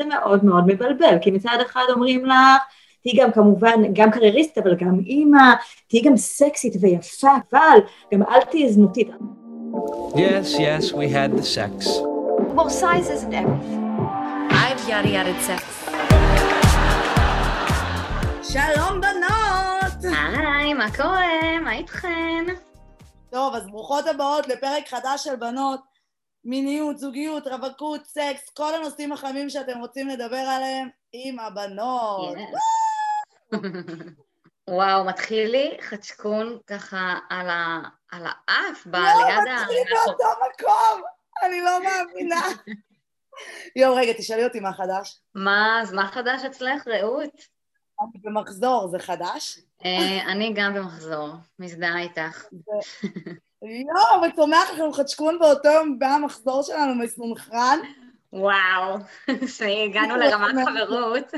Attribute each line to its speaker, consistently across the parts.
Speaker 1: זה מאוד מאוד מבלבל, כי מצד אחד אומרים לך, תהי גם כמובן, גם קרייריסט, אבל גם אימא, תהי גם סקסית ויפה, אבל גם אל תהי זנותית.
Speaker 2: Yes, yes, we had the sex.
Speaker 3: Well, size isn't everything. I've yada sex.
Speaker 4: שלום בנות!
Speaker 5: היי, מה קורה? מה איתכן?
Speaker 4: טוב, אז ברוכות הבאות לפרק חדש של בנות, מיניות, זוגיות, רווקות, סקס, כל הנושאים החמים שאתם רוצים לדבר עליהם עם הבנות.
Speaker 5: וואו, מתחיל לי חצ'קון ככה על האף, ליד
Speaker 4: לא, מתחיל לי באותו מקום, אני לא מאמינה. יום, רגע, תשאלי אותי מה חדש.
Speaker 5: אז מה חדש אצלך, רעות?
Speaker 4: אני במחזור, זה חדש?
Speaker 5: אני גם במחזור, מזדהה איתך.
Speaker 4: יום, וצומח לכם חצ'קון באותו יום במחזור שלנו מסונכרן.
Speaker 5: וואו, שהגענו לרמת חברות.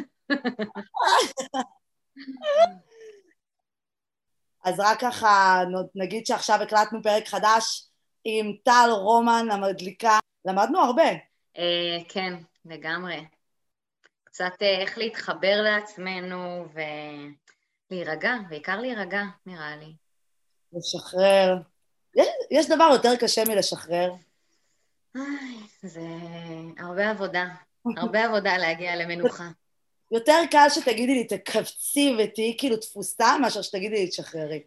Speaker 4: אז רק ככה נגיד שעכשיו הקלטנו פרק חדש עם טל רומן המדליקה. למדנו הרבה.
Speaker 5: כן, לגמרי. קצת איך להתחבר לעצמנו ולהירגע, בעיקר להירגע, נראה לי.
Speaker 4: לשחרר. יש דבר יותר קשה מלשחרר?
Speaker 5: זה הרבה עבודה. הרבה עבודה להגיע למנוחה.
Speaker 4: יותר קל שתגידי לי, תקבצי ותהי כאילו תפוסה, מאשר שתגידי לי, תשחררי.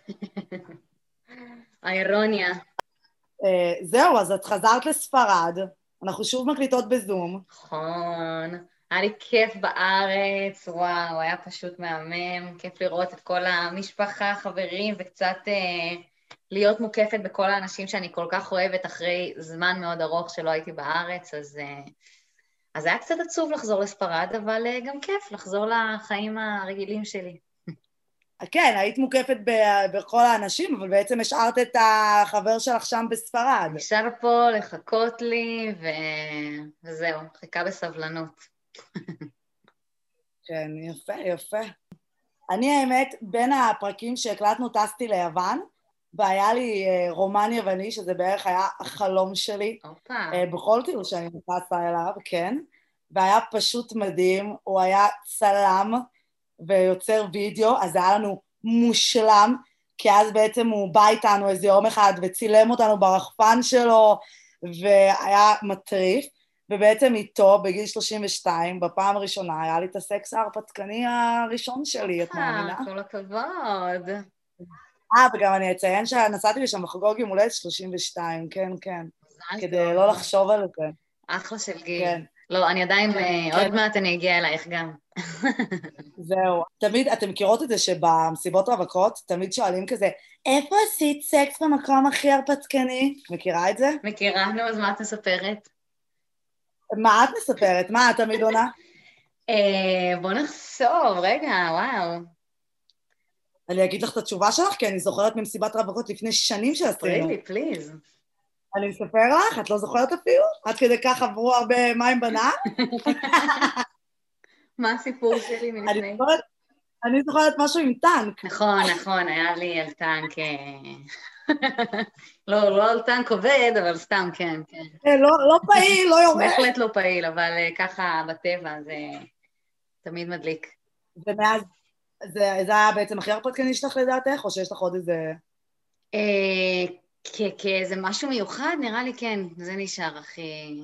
Speaker 5: האירוניה.
Speaker 4: זהו, אז את חזרת לספרד, אנחנו שוב מקליטות בזום.
Speaker 5: נכון. היה לי כיף בארץ, וואו, היה פשוט מהמם, כיף לראות את כל המשפחה, חברים, וקצת להיות מוקפת בכל האנשים שאני כל כך אוהבת אחרי זמן מאוד ארוך שלא הייתי בארץ, אז היה קצת עצוב לחזור לספרד, אבל גם כיף לחזור לחיים הרגילים שלי.
Speaker 4: כן, היית מוקפת בכל האנשים, אבל בעצם השארת את החבר שלך שם בספרד.
Speaker 5: נשאר פה לחכות לי, וזהו, חיכה בסבלנות.
Speaker 4: כן, יפה, יפה. אני האמת, בין הפרקים שהקלטנו טסתי ליוון, והיה לי רומן יווני, שזה בערך היה החלום שלי. בכל טיול שאני טסה אליו, כן. והיה פשוט מדהים, הוא היה צלם ויוצר וידאו, אז היה לנו מושלם, כי אז בעצם הוא בא איתנו איזה יום אחד וצילם אותנו ברחפן שלו, והיה מטריף. ובעצם איתו, בגיל 32, בפעם הראשונה, היה לי את הסקס ההרפתקני הראשון שלי, את מאמינה?
Speaker 5: כל הכבוד.
Speaker 4: וגם אני אציין שנסעתי לשם לחגוג יום הולדת 32, כן, כן. כדי לא לחשוב על זה.
Speaker 5: אחלה של גיל. לא, אני עדיין, עוד מעט אני אגיע אלייך גם.
Speaker 4: זהו. תמיד, אתם מכירות את זה שבמסיבות רווקות, תמיד שואלים כזה, איפה עשית סקס במקום הכי הרפתקני? מכירה את זה?
Speaker 5: מכירה, נו, אז מה את מספרת?
Speaker 4: מה את מספרת? מה את תמיד עונה?
Speaker 5: בוא נחשוב, רגע, וואו.
Speaker 4: אני אגיד לך את התשובה שלך, כי אני זוכרת ממסיבת רווקות לפני שנים שעשינו.
Speaker 5: פליז.
Speaker 4: אני אספר לך? את לא זוכרת אפילו? עד כדי כך עברו הרבה מים בנהר?
Speaker 5: מה הסיפור שלי מלפני?
Speaker 4: אני זוכרת משהו עם טנק.
Speaker 5: נכון, היה לי על טנק... לא על טנק עובד, אבל סתם, כן.
Speaker 4: לא פעיל, לא יורד.
Speaker 5: בהחלט לא פעיל, אבל ככה בטבע זה תמיד מדליק.
Speaker 4: ומאז, זה היה בעצם הכי הרפתקני שלך לדעתך, או שיש לך עוד איזה...
Speaker 5: כאיזה משהו מיוחד, נראה לי כן, זה נשאר הכי...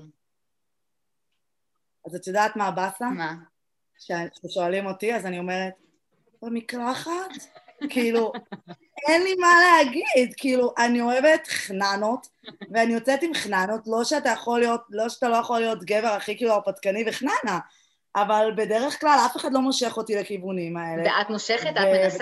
Speaker 4: אז את יודעת מה הבאסה?
Speaker 5: מה?
Speaker 4: כששואלים אותי, אז אני אומרת, במקלחת? כאילו, אין לי מה להגיד, כאילו, אני אוהבת חננות, ואני יוצאת עם חננות, לא שאתה לא יכול להיות גבר הכי כאילו הרפתקני וחננה, אבל בדרך כלל אף אחד לא מושך אותי לכיוונים האלה.
Speaker 5: ואת מושכת? את מנסה?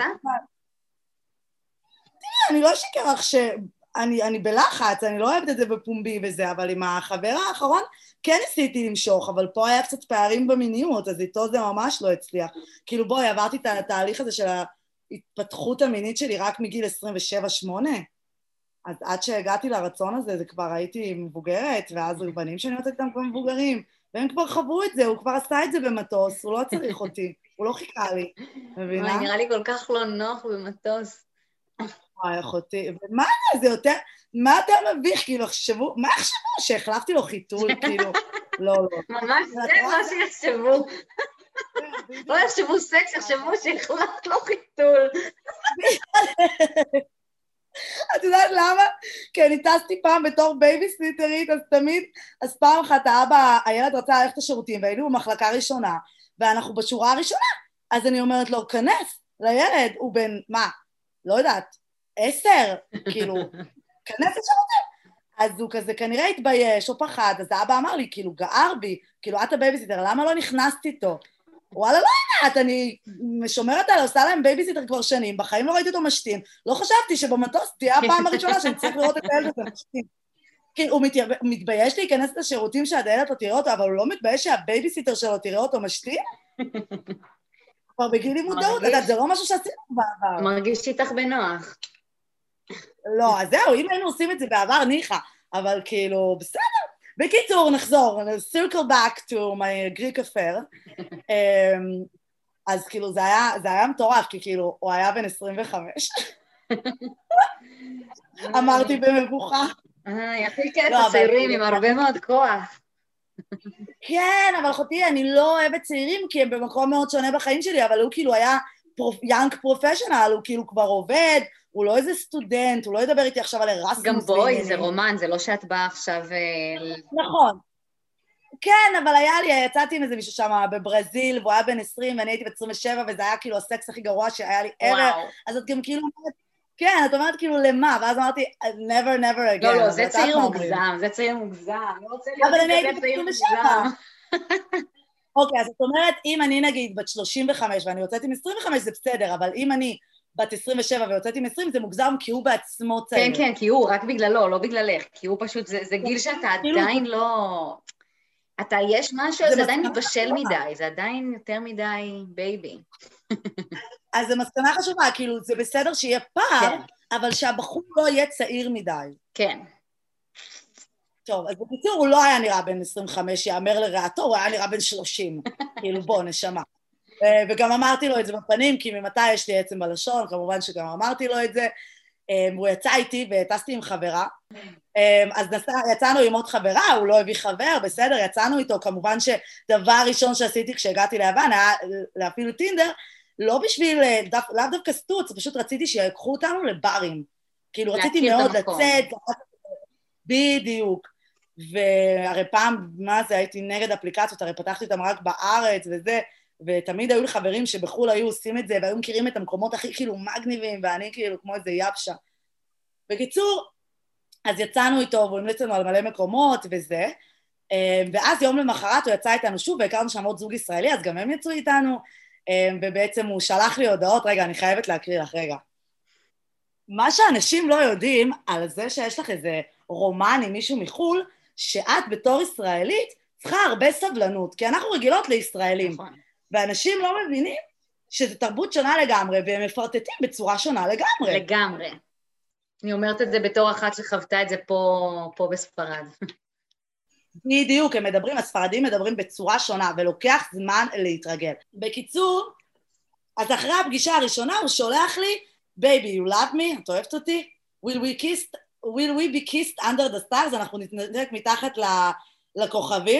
Speaker 4: תראה, אני לא אשקר לך אני בלחץ, אני לא אוהבת את זה בפומבי וזה, אבל עם החבר האחרון כן ניסיתי למשוך, אבל פה היה קצת פערים במיניות, אז איתו זה ממש לא הצליח. כאילו בואי, עברתי את התהליך הזה של ההתפתחות המינית שלי רק מגיל 27-8, אז עד שהגעתי לרצון הזה, זה כבר הייתי מבוגרת, ואז בנים שאני יוצאת איתם כבר מבוגרים, והם כבר חוו את זה, הוא כבר עשה את זה במטוס, הוא לא צריך אותי, הוא לא חיכה לי, מבינה?
Speaker 5: נראה לי כל כך לא נוח במטוס.
Speaker 4: וואי, אחותי, ומה זה יותר, מה יותר מביך, כאילו, מה יחשבו שהחלפתי לו חיתול, כאילו, לא, לא.
Speaker 5: ממש זה מה שיחשבו. לא יחשבו סקס, יחשבו שהחלט לו חיתול.
Speaker 4: את יודעת למה? כי אני טסתי פעם בתור בייביסיטרית, אז פעם אחת הילד רצה ללכת לשירותים, והיינו במחלקה ראשונה, ואנחנו בשורה הראשונה, אז אני אומרת לו, כנס לילד, הוא בן, מה? לא יודעת, 10, כאילו, כנס לשירותים. אז הוא כזה כנראה התבייש או פחד, אז האבא אמר לי, כאילו, גער בי, כאילו, את הבייביסיטר, למה לא נכנסת איתו? וואלה, לא יודעת, אני שומרת עליו, עושה להם בייביסיטר כבר שנים, בחיים לא ראיתי אותו משתין, לא חשבתי שבמטוס תהיה הפעם הראשונה שאני צריך לראות את הילד הזה משתין. כאילו, הוא מתבייש להיכנס לשירותים שהילד לא תראה אותו, אבל הוא לא מתבייש שהבייביסיטר שלו תראה אותו משתין? כבר בגיל לי מודעות, זה לא משהו שעשינו בעבר.
Speaker 5: מרגיש איתך בנוח.
Speaker 4: לא, אז זהו, אם היינו עושים את זה בעבר, ניחא, אבל כאילו, בסדר. בקיצור, נחזור, circle back to my Greek affair. אז כאילו, זה היה מטורף, כי כאילו, הוא היה בן 25. אמרתי במבוכה.
Speaker 5: יחיל קטע צעירים עם הרבה מאוד כוח.
Speaker 4: כן, אבל אחותי, אני לא אוהבת צעירים, כי הם במקום מאוד שונה בחיים שלי, אבל הוא כאילו היה young professional, הוא כאילו כבר עובד, הוא לא איזה סטודנט, הוא לא ידבר איתי עכשיו על ארסמוס.
Speaker 5: גם בואי, זה רומן, זה לא שאת באה עכשיו...
Speaker 4: נכון. כן, אבל יצאתי עם איזה מישהו שם בברזיל, והוא היה בן 20, ואני הייתי בת 27, וזה היה כאילו הסקס הכי גרוע שהיה לי ever, אז את גם כאילו אומרת, כן, את אומרת כאילו למה, ואז אמרתי, never again.
Speaker 5: לא, זה צעיר מוגזם, זה צעיר מוגזם, אני רוצה להיות כזה צעיר מוגזם.
Speaker 4: אוקיי, אז את אומרת, אם אני נגיד בת 35 ואני יוצאת עם 25 זה בסדר, אבל אם אני בת 27 ויוצאת עם 20 זה מוגזם כי הוא בעצמו צעיר.
Speaker 5: כן, כי הוא, רק בגללו, לא בגללך, כי הוא פשוט, זה גיל שאתה עדיין לא... יש משהו, זה עדיין מתבשל מדי, זה עדיין יותר מדי בייבי.
Speaker 4: אז זו מסקנה חשובה, כאילו זה בסדר שיהיה פער, אבל שהבחור לא יהיה צעיר מדי.
Speaker 5: כן.
Speaker 4: טוב, אז בקיצור הוא לא היה נראה בן 25, יאמר לרעתו, הוא היה נראה בן 30, כאילו בוא, נשמה. וגם אמרתי לו את זה בפנים, כי ממתי יש לי עצם בלשון, כמובן שגם אמרתי לו את זה, הוא יצא איתי וטסתי עם חברה, אז יצאנו עם עוד חברה, הוא לא הביא חבר, בסדר, יצאנו איתו, כמובן שדבר ראשון שעשיתי כשהגעתי ליוון היה להפעיל טינדר, לא בשביל, לאו דווקא סטוץ, פשוט רציתי שיקחו אותנו לברים, כאילו רציתי מאוד לצאת, בדיוק, והרי פעם, מה זה, הייתי נגד אפליקציות, הרי פתחתי אותם רק בארץ וזה, ותמיד היו לי חברים שבחול היו עושים את זה, והיו מכירים את המקומות הכי כאילו מגניבים, ואני כאילו כמו איזה יבשה. בקיצור, אז יצאנו איתו, והוא המליץ לנו על מלא מקומות וזה, ואז יום למחרת הוא יצא איתנו שוב, והכרנו שם עוד זוג ישראלי, אז גם הם יצאו איתנו, ובעצם הוא שלח לי הודעות, רגע, אני חייבת להקריא לך, רגע. מה שאנשים לא יודעים על זה שיש לך איזה רומן עם מישהו מחול, שאת בתור ישראלית צריכה הרבה סבלנות, כי אנחנו רגילות לישראלים. נכון. ואנשים לא מבינים שזו תרבות שונה לגמרי, והם מפרטטים בצורה שונה לגמרי.
Speaker 5: לגמרי. אני אומרת את זה בתור אחת שחוותה את זה פה בספרד.
Speaker 4: בדיוק, הספרדים מדברים בצורה שונה, ולוקח זמן להתרגל. בקיצור, אז אחרי הפגישה הראשונה הוא שולח לי, Baby, you love me? את אוהבת אותי? Will we be kissed under the stars? אנחנו נתנדק מתחת לכוכבים.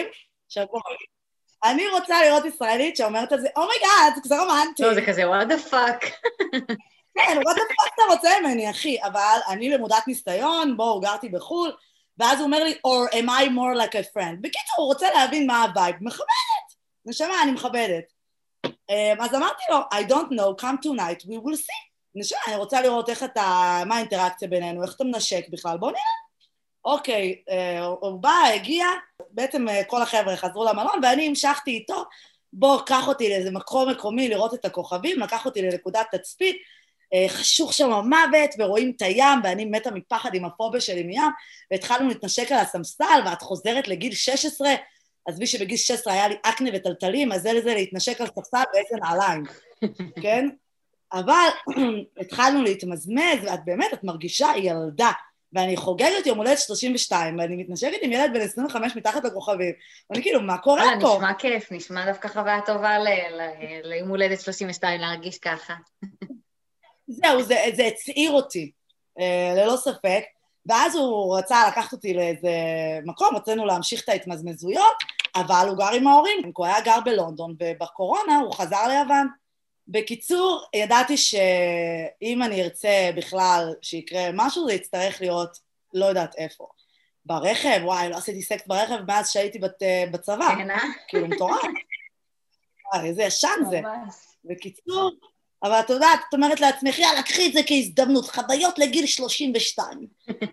Speaker 4: אני רוצה לראות ישראלית שאומרת על זה, אומייגאד, זה כזה רומנטי.
Speaker 5: לא, זה כזה, what the fuck.
Speaker 4: כן, what the fuck אתה רוצה ממני, אחי, אבל אני למודת ניסיון, בואו, גרתי בחול, ואז הוא אומר לי, or am I more like a friend? בקיצור, הוא רוצה להבין מה הווייב, מכבדת, נשמה, אני מכבדת. אז אמרתי לו, I don't know, come tonight, we will see. נשמה, אני רוצה לראות מה האינטראקציה בינינו, איך אתה מנשק בכלל, בואו נראה. אוקיי, הוא בא, הגיע, בעצם כל החבר'ה חזרו למלון, ואני המשכתי איתו, בוא, קח אותי לאיזה מקום מקומי לראות את הכוכבים, לקח אותי לנקודת תצפית, חשוך שם המוות, ורואים את הים, ואני מתה מפחד עם הפוביה שלי מים, והתחלנו להתנשק על הסמסטל, ואת חוזרת לגיל 16, אז מי שבגיל 16 היה לי אקנה וטלטלים, אז זה לזה להתנשק על ספסל ואיזה נעליים, כן? אבל התחלנו להתמזמז, ואת באמת, את מרגישה ילדה, ואני חוגגת יום הולדת 32, ואני מתנשקת עם ילד בן 25 מתחת לכוכבים, ואני כאילו, מה קורה פה?
Speaker 5: נשמע כיף, נשמע דווקא חוויה טובה ליום הולדת 32, להרגיש ככה.
Speaker 4: זהו, זה הצעיר אותי, ללא ספק, ואז הוא רצה לקחת אותי לאיזה מקום, רצינו להמשיך את ההתמזמזויות, אבל הוא גר עם ההורים, הוא היה גר בלונדון, ובקורונה הוא חזר ליוון. בקיצור, ידעתי שאם אני ארצה בכלל שיקרה משהו, זה יצטרך להיות לא יודעת איפה. ברכב, וואי, לא עשיתי סקס ברכב מאז שהייתי בצבא.
Speaker 5: כן,
Speaker 4: כאילו, מטורף. איזה ישן זה. בקיצור, אבל את יודעת, את אומרת לעצמך, יאללה, קחי את זה כהזדמנות, חוויות לגיל 32.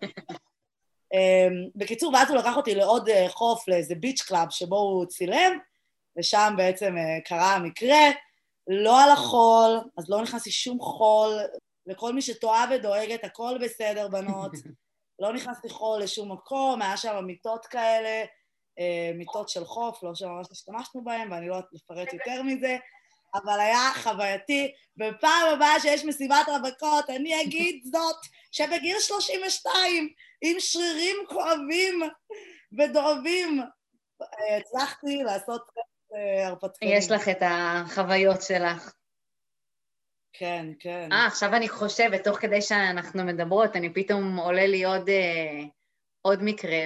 Speaker 4: בקיצור, ואז הוא לקח אותי לעוד חוף, לאיזה ביץ' קלאב, שבו הוא צילם, ושם בעצם קרה המקרה, לא על החול, אז לא נכנסתי שום חול, לכל מי שטועה ודואגת, הכל בסדר, בנות, לא נכנסתי חול לשום מקום, היה שם מיטות כאלה, מיטות של חוף, לא שממש השתמשנו בהם, ואני לא אפרט יותר מזה, אבל היה חווייתי, בפעם הבאה שיש מסיבת רווקות, אני אגיד זאת, שבגיל 32, עם שרירים כואבים ודואבים, הצלחתי לעשות הרפתקנים.
Speaker 5: יש לך את החוויות שלך.
Speaker 4: כן, כן.
Speaker 5: עכשיו אני חושבת, תוך כדי שאנחנו מדברות, אני פתאום עולה לי עוד מקרה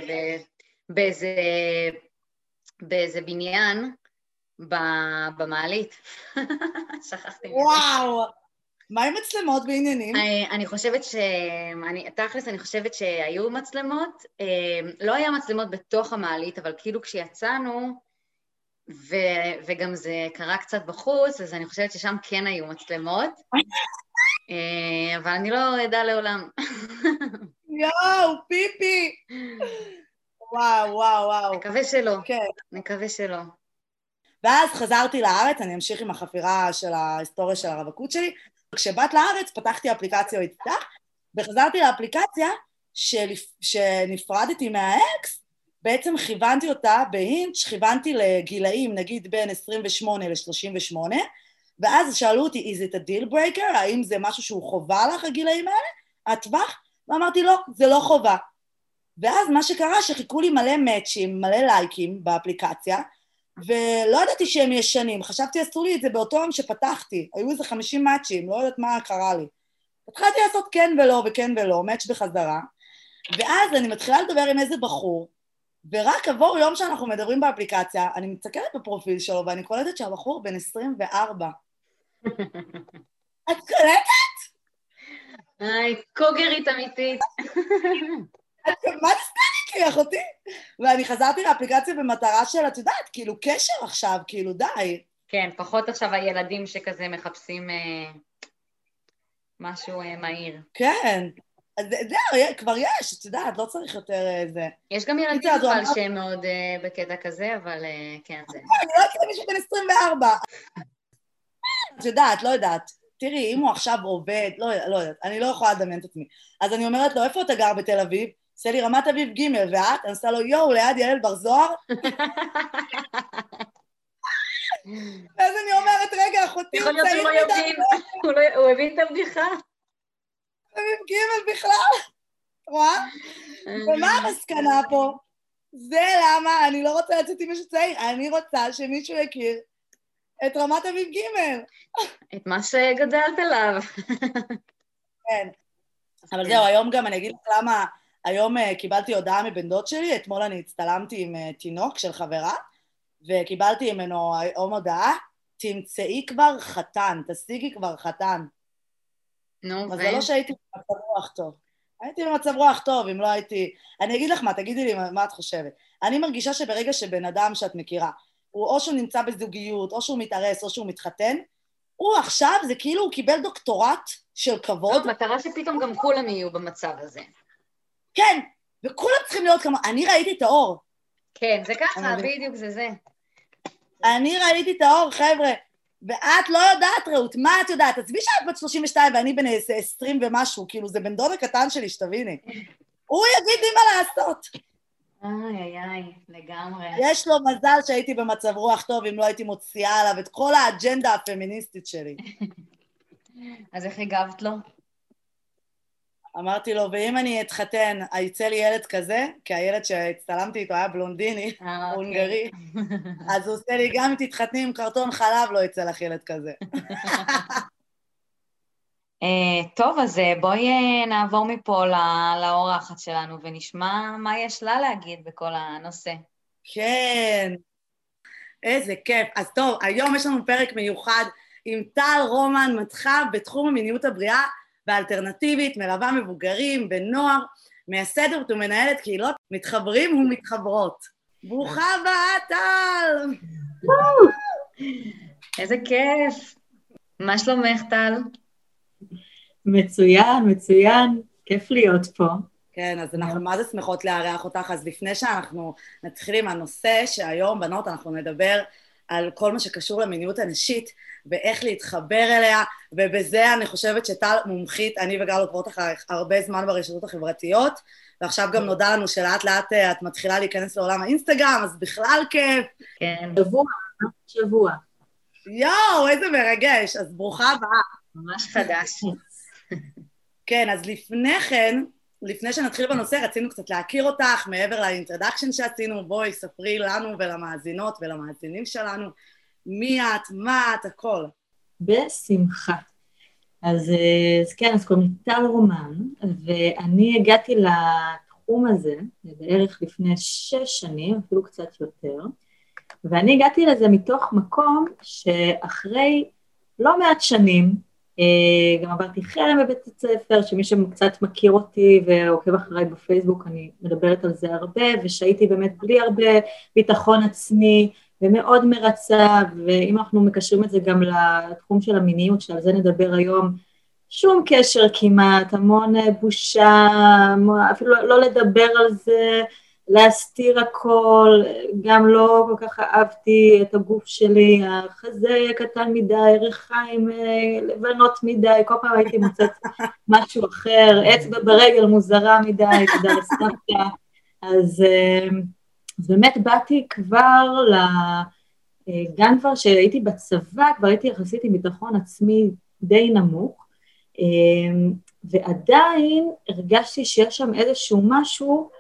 Speaker 5: באיזה בניין במעלית. שכחתי.
Speaker 4: וואו! מה עם מצלמות בעניינים?
Speaker 5: אני חושבת תכלס אני חושבת שהיו מצלמות, לא היה מצלמות בתוך המעלית, אבל כאילו כשיצאנו, וגם זה קרה קצת בחוץ, אז אני חושבת ששם כן היו מצלמות, אבל אני לא אדע לעולם.
Speaker 4: יואו, פיפי! וואו, וואו, וואו.
Speaker 5: נקווה שלא,
Speaker 4: כן.
Speaker 5: נקווה שלא.
Speaker 4: ואז חזרתי לארץ, אני אמשיך עם החפירה של ההיסטוריה של הרווקות שלי, כשבאת לארץ פתחתי אפליקציה איתה, וחזרתי לאפליקציה שנפרדתי מהאקס, בעצם כיוונתי אותה בהינץ', כיוונתי לגילאים, נגיד בין 28 ל-38, ואז שאלו אותי, is it a deal breaker? האם זה משהו שהוא חובה לך, הגילאים האלה? הטווח? ואמרתי, לא, זה לא חובה. ואז מה שקרה, שחיכו לי מלא מאצ'ים, מלא לייקים באפליקציה, ולא ידעתי שהם ישנים, חשבתי עשו לי את זה באותו יום שפתחתי, היו איזה 50 מאצ'ים, לא יודעת מה קרה לי. התחלתי לעשות כן ולא וכן ולא, מאץ' בחזרה, ואז אני מתחילה לדבר עם איזה בחור, ורק עבור יום שאנחנו מדברים באפליקציה, אני מצטקרת בפרופיל שלו, ואני קולטת שהבחור בן 24. את קולטת?
Speaker 5: קוגרית אמיתית.
Speaker 4: מה נסתנת לי, אחותי? ואני חזרתי לאפליקציה במטרה של, את יודעת, כאילו קשר עכשיו, כאילו די.
Speaker 5: כן, פחות עכשיו הילדים שכזה מחפשים משהו מהיר.
Speaker 4: כן. אז זהו, כבר יש, את יודעת, לא צריך יותר זה.
Speaker 5: יש גם ילדים אבל שהם מאוד בקטע כזה, אבל כן, זה.
Speaker 4: אני לא אצל מישהו בן 24. את יודעת, לא יודעת. תראי, אם הוא עכשיו עובד, לא יודעת, אני לא יכולה לדמיין את עצמי. אז אני אומרת לו, איפה אתה גר בתל אביב? עושה לי רמת אביב ג' ואת? אני עושה לו, יואו, ליד ילד בר זוהר? ואז אני אומרת, רגע, אחותי,
Speaker 5: יכול להיות שהוא לא יבין, הוא הבין את הבדיחה.
Speaker 4: אביב ג' בכלל, רואה? ומה המסקנה פה? זה למה אני לא רוצה לצאת עם מישהו צעיר, אני רוצה שמישהו יכיר את רמת אביב ג'.
Speaker 5: את מה שגדלת עליו.
Speaker 4: כן. אבל זהו, היום גם אני אגיד לך למה, היום קיבלתי הודעה מבן דוד שלי, אתמול אני הצטלמתי עם תינוק של חברה, וקיבלתי ממנו היום הודעה, תמצאי כבר חתן, תשיגי כבר חתן.
Speaker 5: נו,
Speaker 4: אז זה לא שהייתי במצב רוח טוב. הייתי במצב רוח טוב, אם לא הייתי... אני אגיד לך מה, תגידי לי מה את חושבת. אני מרגישה שברגע שבן אדם שאת מכירה, הוא או שהוא נמצא בזוגיות, או שהוא מתארס, או שהוא מתחתן, הוא עכשיו, זה כאילו הוא קיבל דוקטורט של כבוד.
Speaker 5: זאת מטרה שפתאום גם כולם יהיו במצב הזה.
Speaker 4: כן, וכולם צריכים להיות כמו... אני ראיתי את האור.
Speaker 5: כן, זה ככה, בדיוק זה.
Speaker 4: אני ראיתי את האור, חבר'ה. ואת לא יודעת, רעות, מה את יודעת? עזבי שאת בת 32 ואני בן 20 ומשהו, כאילו זה בן דוד הקטן שלי, שתביני. הוא יגיד לי מה לעשות.
Speaker 5: איי, לגמרי.
Speaker 4: יש לו מזל שהייתי במצב רוח טוב, אם לא הייתי מוציאה עליו את כל האג'נדה הפמיניסטית שלי.
Speaker 5: אז איך הגבת לו?
Speaker 4: אמרתי לו, ואם אני אתחתן, יצא לי ילד כזה, כי הילד שהצטלמתי איתו היה בלונדיני, הונגרי, אז הוא עושה לי, גם אם תתחתני עם קרטון חלב, לא יצא לך ילד כזה.
Speaker 5: טוב, אז בואי נעבור מפה לאורחת שלנו, ונשמע מה יש לה להגיד בכל הנושא.
Speaker 4: כן, איזה כיף. אז טוב, היום יש לנו פרק מיוחד עם טל רומן, מתחה בתחום המיניות הבריאה והאלטרנטיבית, מלווה מבוגרים ונוער, מייסדת ומנהלת קהילות מתחברים ומתחברות. ברוכה הבאה, טל!
Speaker 5: איזה כיף. מה שלומך, טל?
Speaker 1: מצוין, מצוין, כיף להיות פה.
Speaker 4: כן, אז אנחנו מה זה שמחות לארח אותך, אז לפני שאנחנו נתחיל עם הנושא, שהיום בנות אנחנו נדבר על כל מה שקשור למיניות הנשית, ואיך להתחבר אליה, ובזה אני חושבת שטל מומחית, אני וגל עוקבות אחריך הרבה זמן ברשתות החברתיות, ועכשיו גם נודע לנו שלאט לאט את מתחילה להיכנס לעולם האינסטגרם, אז בכלל כיף.
Speaker 5: כן.
Speaker 1: שבוע.
Speaker 4: יואו, איזה מרגש, אז ברוכה הבאה.
Speaker 5: ממש חדש.
Speaker 4: כן, אז לפני כן, לפני שנתחיל בנושא, רצינו קצת להכיר אותך, מעבר לאינטרדקשן שעשינו, בואי, ספרי לנו ולמאזינות ולמאזינים שלנו, מי את, מה את, הכל.
Speaker 1: בשמחה. אז כן, אז קוראים לי טל רומן, ואני הגעתי לתחום הזה בערך לפני 6 שנים, אפילו קצת יותר, ואני הגעתי לזה מתוך מקום שאחרי לא מעט שנים, גם עברתי חרם בבית הספר, שמי שקצת מכיר אותי ועוקב אחריי בפייסבוק, אני מדברת על זה הרבה, ושהייתי באמת בלי הרבה ביטחון עצמי, ומאוד מרצה, ואם אנחנו מקשרים את זה גם לתחום של המיניות, שעל זה נדבר היום, שום קשר כמעט, המון בושה, אפילו לא לדבר על זה, להסתיר הכל, גם לא כל כך אהבתי את הגוף שלי, החזה קטן מדי, ריחיים לבנות מדי, כל פעם הייתי מוצאת משהו אחר, אצבע ברגל מוזרה מדי, כדי לסבתא, אז באמת באתי כבר גם כבר שהייתי בצבא, כבר הייתי יחסית עם ביטחון עצמי די נמוך, ועדיין הרגשתי שיש שם איזשהו משהו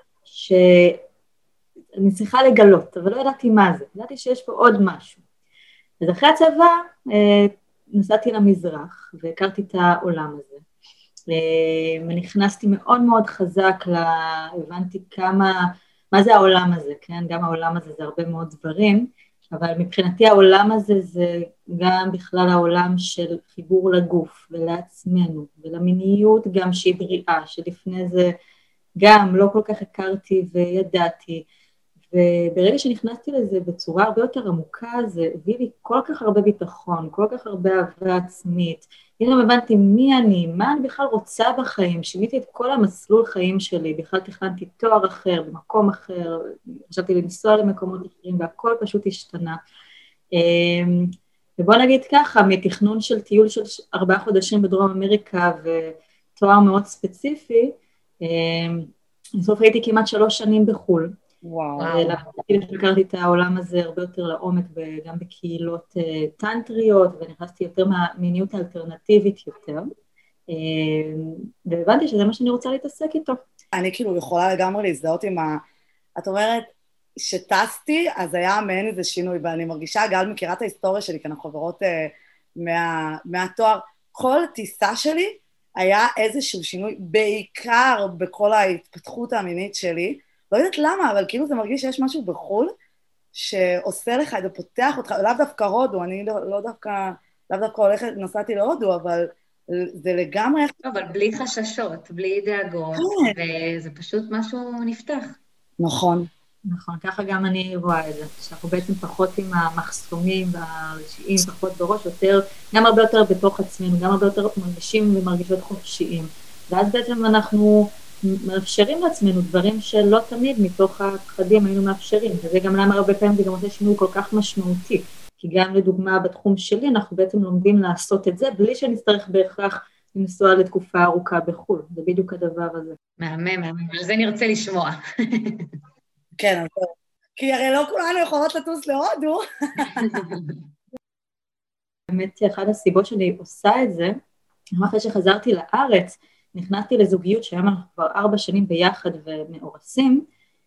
Speaker 1: שאני צריכה לגלות, אבל לא ידעתי מה זה, ידעתי שיש פה עוד משהו. אז אחרי הצבא נסעתי למזרח והכרתי את העולם הזה, ונכנסתי מאוד מאוד חזק, הבנתי מה זה העולם הזה, כן? גם העולם הזה זה הרבה מאוד דברים, אבל מבחינתי העולם הזה זה גם בכלל העולם של חיבור לגוף ולעצמנו, ולמיניות גם שהיא בריאה, שלפני זה גם לא כל כך הכרתי וידעתי, וברגע שנכנסתי לזה בצורה הרבה יותר עמוקה, זה הביא לי כל כך הרבה ביטחון, כל כך הרבה אהבה עצמית, הנה הבנתי מי אני, מה אני בכלל רוצה בחיים, שיניתי את כל המסלול חיים שלי, בכלל תכננתי תואר אחר, במקום אחר, חשבתי לנסוע למקומות אחרים, והכל פשוט השתנה. ובוא נגיד ככה, מתכנון של טיול של 4 חודשים בדרום אמריקה, ותואר מאוד ספציפי, בסוף הייתי כמעט 3 שנים בחול.
Speaker 4: וואו.
Speaker 1: הכרתי את העולם הזה הרבה יותר לעומק, וגם בקהילות טנטריות, ונכנסתי יותר מהמיניות האלטרנטיבית יותר, והבנתי שזה מה שאני רוצה להתעסק איתו.
Speaker 4: אני כאילו יכולה לגמרי להזדהות עם את אומרת, שטסתי, אז היה מעין איזה שינוי, ואני מרגישה, גל מכירה את ההיסטוריה שלי, כי אנחנו חברות מהתואר, כל טיסה שלי היה איזשהו שינוי, בעיקר בכל ההתפתחות המינית שלי, לא יודעת למה, אבל כאילו זה מרגיש שיש משהו בחול, שעושה לך את זה, פותח אותך, לאו דווקא הודו, אני לא דווקא הולכת, נסעתי להודו, אבל זה לגמרי...
Speaker 5: אבל בלי חששות, בלי דאגות, וזה פשוט משהו נפתח.
Speaker 4: נכון.
Speaker 1: נכון, ככה גם אני רואה את זה, שאנחנו בעצם פחות עם המחסומים והרגשיים, פחות בראש, יותר, גם הרבה יותר בתוך עצמנו, גם הרבה יותר מרגישים ומרגישות חופשיים, ואז בעצם אנחנו מאפשרים לעצמנו דברים שלא תמיד מתוך הפחדים היינו מאפשרים, וזה גם למה הרבה פעמים זה גם עושה שינוי כל כך משמעותי, כי גם לדוגמה בתחום שלי אנחנו בעצם לומדים לעשות את זה, בלי שנצטרך בהכרח לנסוע לתקופה ארוכה בחו"ל, זה בדיוק הדבר הזה.
Speaker 5: מהמם, על זה נרצה לשמוע.
Speaker 4: כן, כי הרי לא כולנו יכולות לטוס להודו.
Speaker 1: באמת, אחת הסיבות שאני עושה את זה, אחרי שחזרתי לארץ, נכנסתי לזוגיות שהיום אנחנו כבר 4 שנים ביחד ומאורסים,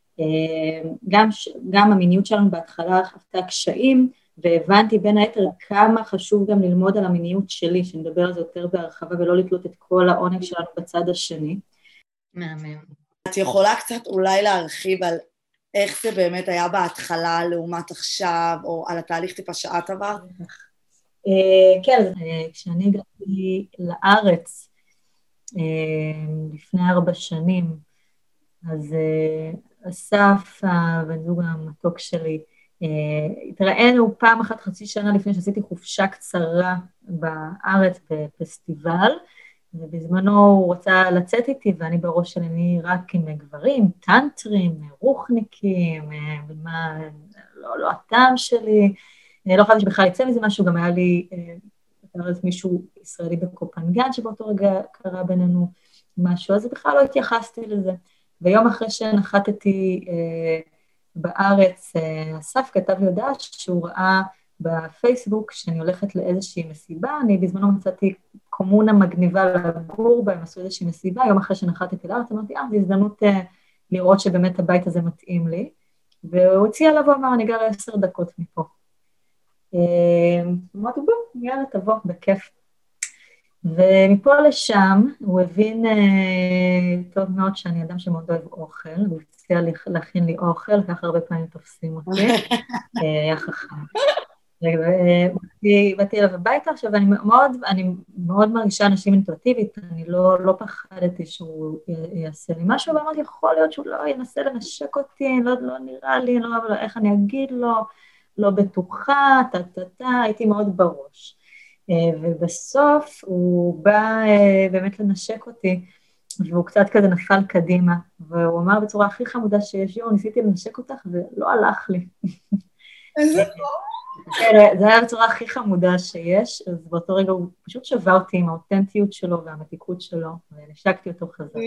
Speaker 1: גם המיניות שלנו בהתחלה חוותה קשיים, והבנתי בין היתר כמה חשוב גם ללמוד על המיניות שלי, שנדבר על זה יותר בהרחבה ולא לתלות את כל העונג שלנו בצד השני.
Speaker 5: מהמם.
Speaker 4: את יכולה קצת אולי להרחיב על איך זה באמת היה בהתחלה לעומת עכשיו, או על התהליך טיפה שאת עברת?
Speaker 1: כן, כשאני הגעתי לארץ לפני 4 שנים, אז אסף, הבן זוג המתוק שלי, התראינו פעם אחת חצי שנה לפני שעשיתי חופשה קצרה בארץ בפסטיבל, ובזמנו הוא רצה לצאת איתי, ואני בראש שלי אני רק עם גברים, טנטרים, רוחניקים, לא הטעם שלי, לא חייבת שבכלל יצא מזה משהו, גם היה לי מישהו ישראלי בקופנגן, שבאותו רגע קרה בינינו משהו, אז בכלל לא התייחסתי לזה. ויום אחרי שנחתתי בארץ, אסף כתב לי הודעה שהוא ראה בפייסבוק שאני הולכת לאיזושהי מסיבה, אני בזמנו מצאתי קומונה מגניבה לגור בה, הם עשו איזושהי מסיבה, יום אחרי שנחתתי לארץ, אמרתי, זו הזדמנות לראות שבאמת הבית הזה מתאים לי, והוא הציע לבוא, אמר, אני גרה 10 דקות מפה. אמרתי, בוא, יאללה, תבוא, בכיף. ומפה לשם הוא הבין טוב מאוד שאני אדם שמאוד אוהב אוכל, הוא הציע להכין לי אוכל, ככה הרבה פעמים תופסים אותי, היה חכם. באתי אליו הביתה, עכשיו אני מאוד מרגישה אנשים אינטואיטיבית, אני לא פחדתי שהוא יעשה לי משהו, ואמרתי, יכול להיות שהוא לא ינסה לנשק אותי, לא נראה לי, לא איך אני אגיד לו, לא בטוחה, הייתי מאוד בראש. ובסוף הוא בא באמת לנשק אותי, והוא קצת כזה נפל קדימה, והוא אמר בצורה הכי חמודה שיש, ניסיתי לנשק אותך ולא הלך לי.
Speaker 4: איזה
Speaker 1: כן, זה היה בצורה הכי חמודה שיש, אז באותו רגע הוא פשוט שווה אותי עם האותנטיות שלו והמתיקות שלו, ונשקתי אותו חזרה.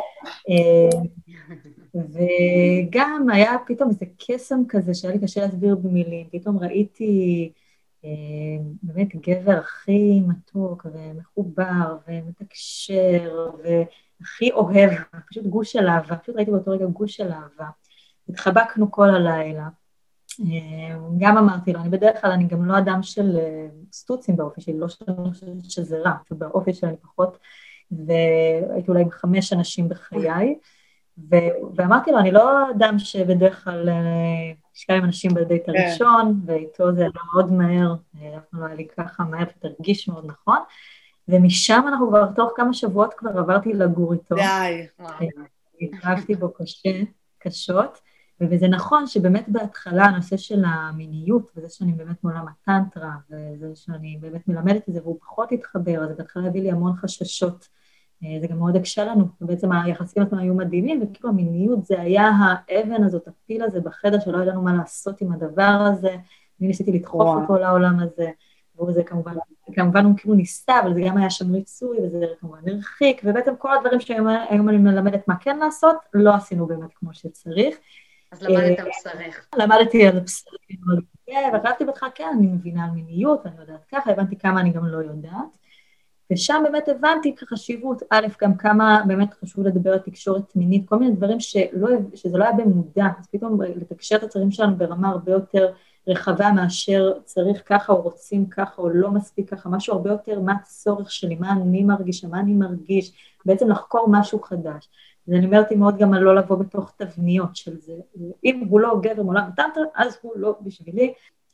Speaker 1: וגם היה פתאום איזה קסם כזה שהיה לי קשה להסביר במילים, פתאום ראיתי באמת גבר הכי מתוק ומחובר ומתקשר והכי אוהב, פשוט גוש של אהבה, פשוט ראיתי באותו רגע גוש של אהבה. התחבקנו כל הלילה. גם אמרתי לו, אני בדרך כלל, אני גם לא אדם של סטוצים באופי שלי, לא שזה רע, באופי שלי פחות, והייתי אולי עם 5 אנשים בחיי, ואמרתי לו, אני לא אדם שבדרך כלל נשקע עם אנשים בדייט הראשון, ואיתו זה מאוד מהר, לא היה לי ככה מהר, ותרגיש מאוד נכון, ומשם אנחנו כבר תוך כמה שבועות כבר עברתי לגור איתו.
Speaker 4: די.
Speaker 1: התאהבתי בו קשות, וזה נכון שבאמת בהתחלה הנושא של המיניות, וזה שאני באמת מעולם הטנטרה, וזה שאני באמת מלמדת את זה, והוא פחות התחבר, אז בהתחלה הביא לי המון חששות, זה גם מאוד הקשה לנו, ובעצם היחסים עצמם היו מדהימים, וכאילו המיניות זה היה האבן הזאת, הפיל הזה בחדר, שלא ידענו מה לעשות עם הדבר הזה, אני ניסיתי לדחוף אותו לעולם הזה, והוא זה כמובן הוא כאילו ניסה, אבל זה גם היה שם ריצוי, וזה כמובן הרחיק, ובעצם כל הדברים שהיום אני מלמדת מה כן לעשות, לא עשינו באמת כמו שצריך.
Speaker 5: אז למדת על בשרך.
Speaker 1: למדתי על בשרך, והחלטתי בהתחלה, כן, אני מבינה על מיניות, אני יודעת ככה, הבנתי כמה אני גם לא יודעת, ושם באמת הבנתי חשיבות, א', גם כמה באמת חשוב לדבר על תקשורת מינית, כל מיני דברים שזה לא היה במודע, אז פתאום לתקשר את הצרים שלנו ברמה הרבה יותר רחבה מאשר צריך ככה או רוצים ככה או לא מספיק ככה, משהו הרבה יותר מה הצורך שלי, מה אני מרגישה, מה אני מרגיש, בעצם לחקור משהו חדש. אז אני אומרת מאוד גם על לא לבוא בתוך תבניות של זה, אם הוא לא גבר מעולם הטנטרה, אז הוא לא בשבילי,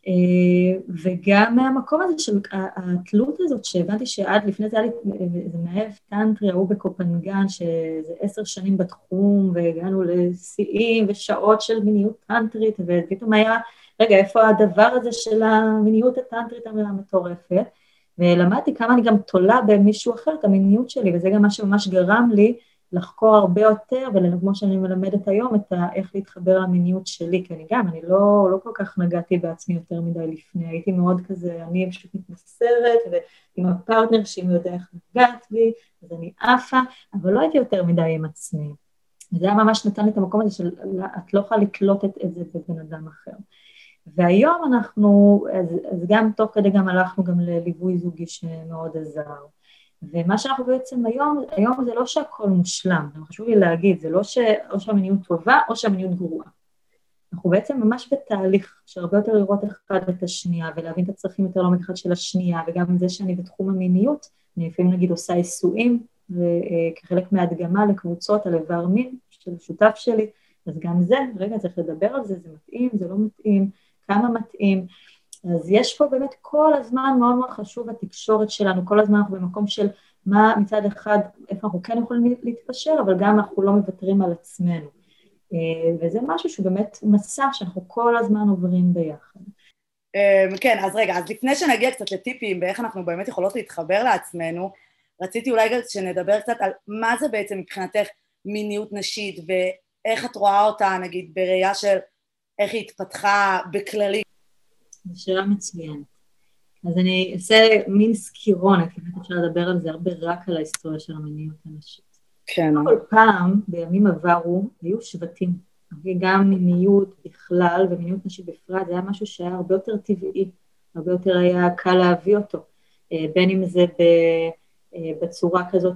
Speaker 1: וגם מהמקום הזה של התלות הזאת שהבנתי שעד לפני זה היה לי איזה מאהב טנטרי, הוא בקופנגן, שזה 10 שנים בתחום, והגענו לשיאים ושעות של מיניות טנטרית, ופתאום היה, רגע, איפה הדבר הזה של המיניות הטנטרית המטורפת, ולמדתי כמה אני גם תולה במישהו אחר את המיניות שלי, וזה גם מה שממש גרם לי לחקור הרבה יותר, וכמו שאני מלמדת היום, איך להתחבר למיניות שלי, כי אני לא כל כך נגעתי בעצמי יותר מדי לפני, הייתי מאוד כזה, אני פשוט מתנסרת, ועם הפרטנר שהיא יודע איך נגעת בי, אז אני עפה, אבל לא הייתי יותר מדי עם עצמי. וזה היה ממש נתן לי את המקום הזה של, את לא יכולה לקלוט את זה בבן אדם אחר. והיום אנחנו, אז גם תוך כדי גם הלכנו גם לליווי זוגי שמאוד עזר. ומה שאנחנו בעצם היום זה לא שהכל מושלם, חשוב לי להגיד, זה לא או שהמיניות טובה או שהמיניות גרועה. אנחנו בעצם ממש בתהליך שהרבה יותר לראות אחד את השנייה, ולהבין את הצרכים יותר לעומק אחד של השנייה, וגם עם זה שאני בתחום המיניות, אני לפעמים נגיד עושה עיסויים, וכחלק מהדגמה לקבוצות על איבר מין של שותף שלי, אז גם זה, רגע, צריך לדבר על זה, זה מתאים, זה לא מתאים, כמה מתאים. אז יש פה באמת כל הזמן מאוד מאוד חשוב התקשורת שלנו, כל הזמן אנחנו במקום של מה מצד אחד, איפה אנחנו כן יכולים להתפשר, אבל גם אנחנו לא מוותרים על עצמנו. וזה משהו שהוא באמת מסע שאנחנו כל הזמן עוברים ביחד.
Speaker 4: כן, אז רגע, אז לפני שנגיע קצת לטיפים ואיך אנחנו באמת יכולות להתחבר לעצמנו, רציתי אולי שנדבר קצת על מה זה בעצם מבחינתך מיניות נשית, ואיך את רואה אותה, נגיד, בראייה של איך היא התפתחה בכללי.
Speaker 1: זו שאלה מצוינת. אז אני אעשה מין סקירונת, כי באמת אפשר לדבר על זה הרבה רק על ההיסטוריה של המיניות הנשית.
Speaker 4: כן.
Speaker 1: כל פעם, בימים עברו, היו שבטים. גם מיניות בכלל ומיניות נשית בפרט, זה היה משהו שהיה הרבה יותר טבעי, הרבה יותר היה קל להביא אותו. בין אם זה בצורה כזאת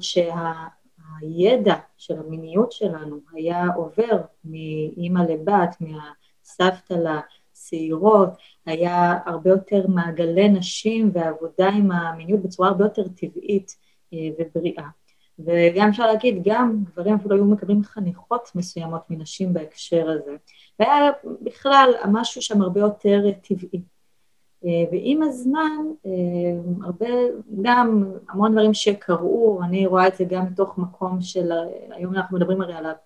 Speaker 1: שהידע של המיניות שלנו היה עובר מאמא לבת, מהסבתא לצעירות, היה הרבה יותר מעגלי נשים ועבודה עם המיניות בצורה הרבה יותר טבעית ובריאה. וגם אפשר להגיד, גם גברים אפילו היו מקבלים חניכות מסוימות מנשים בהקשר הזה. והיה בכלל משהו שם הרבה יותר טבעי. ועם הזמן, הרבה, גם המון דברים שקראו, אני רואה את זה גם מתוך מקום של, היום אנחנו מדברים הרי על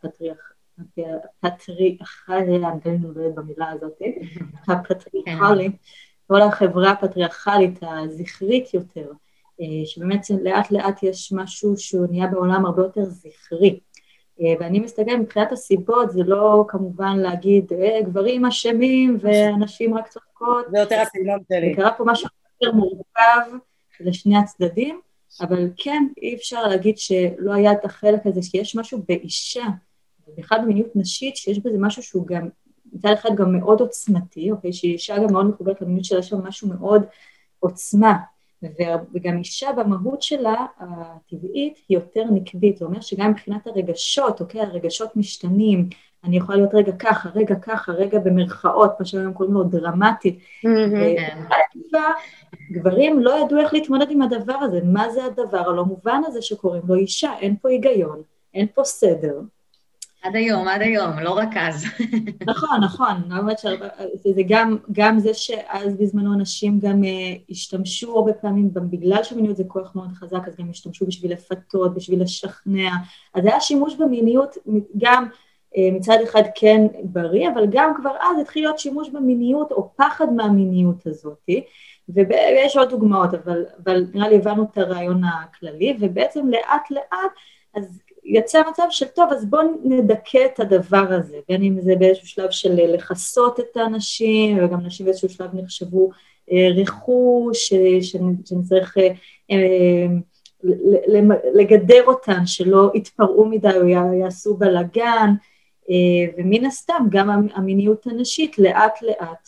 Speaker 1: הפטריארכליה, אני לא במילה הזאת, הפטריארכלי, כל החברה הפטריארכלית, הזכרית יותר, שבאמת לאט לאט יש משהו שהוא נהיה בעולם הרבה יותר זכרי. ואני מסתכל מבחינת הסיבות, זה לא כמובן להגיד, גברים אשמים ואנשים רק צוחקות.
Speaker 4: זה יותר הסגנון שלי.
Speaker 1: וקרה פה משהו יותר מורכב לשני הצדדים, אבל כן, אי אפשר להגיד שלא היה את החלק הזה, שיש משהו באישה, ובכלל במיניות נשית, שיש בזה משהו שהוא גם, מצד אחד גם מאוד עוצמתי, אוקיי? שאישה גם מאוד מקובלת למיניות שלה, יש לה משהו מאוד עוצמה, וגם אישה במהות שלה הטבעית היא יותר נקבית, זאת אומרת שגם מבחינת הרגשות, אוקיי, הרגשות משתנים, אני יכולה להיות רגע ככה, רגע במרכאות, מה שהיום קוראים לו דרמטית. גברים לא ידעו איך להתמודד עם הדבר הזה, מה זה הדבר הלא מובן הזה שקוראים לו אישה, אין פה היגיון, אין פה סדר.
Speaker 5: עד היום, לא רק אז.
Speaker 1: נכון, זה גם זה שאז בזמנו אנשים גם השתמשו הרבה פעמים, בגלל שמיניות זה כוח מאוד חזק, אז גם השתמשו בשביל לפתות, בשביל לשכנע, אז היה שימוש במיניות גם מצד אחד כן בריא, אבל גם כבר אז התחיל להיות שימוש במיניות או פחד מהמיניות הזאת, ויש עוד דוגמאות, אבל נראה לי הבנו את הרעיון הכללי, ובעצם לאט לאט, אז יצא מצב של טוב, אז בואו נדכא את הדבר הזה, בין אם זה באיזשהו שלב של לחסות את האנשים, וגם נשים באיזשהו שלב נחשבו רכוש, שנצטרך לגדר אותן, שלא יתפרעו מדי או יעשו בלגן, ומן הסתם גם המיניות הנשית לאט לאט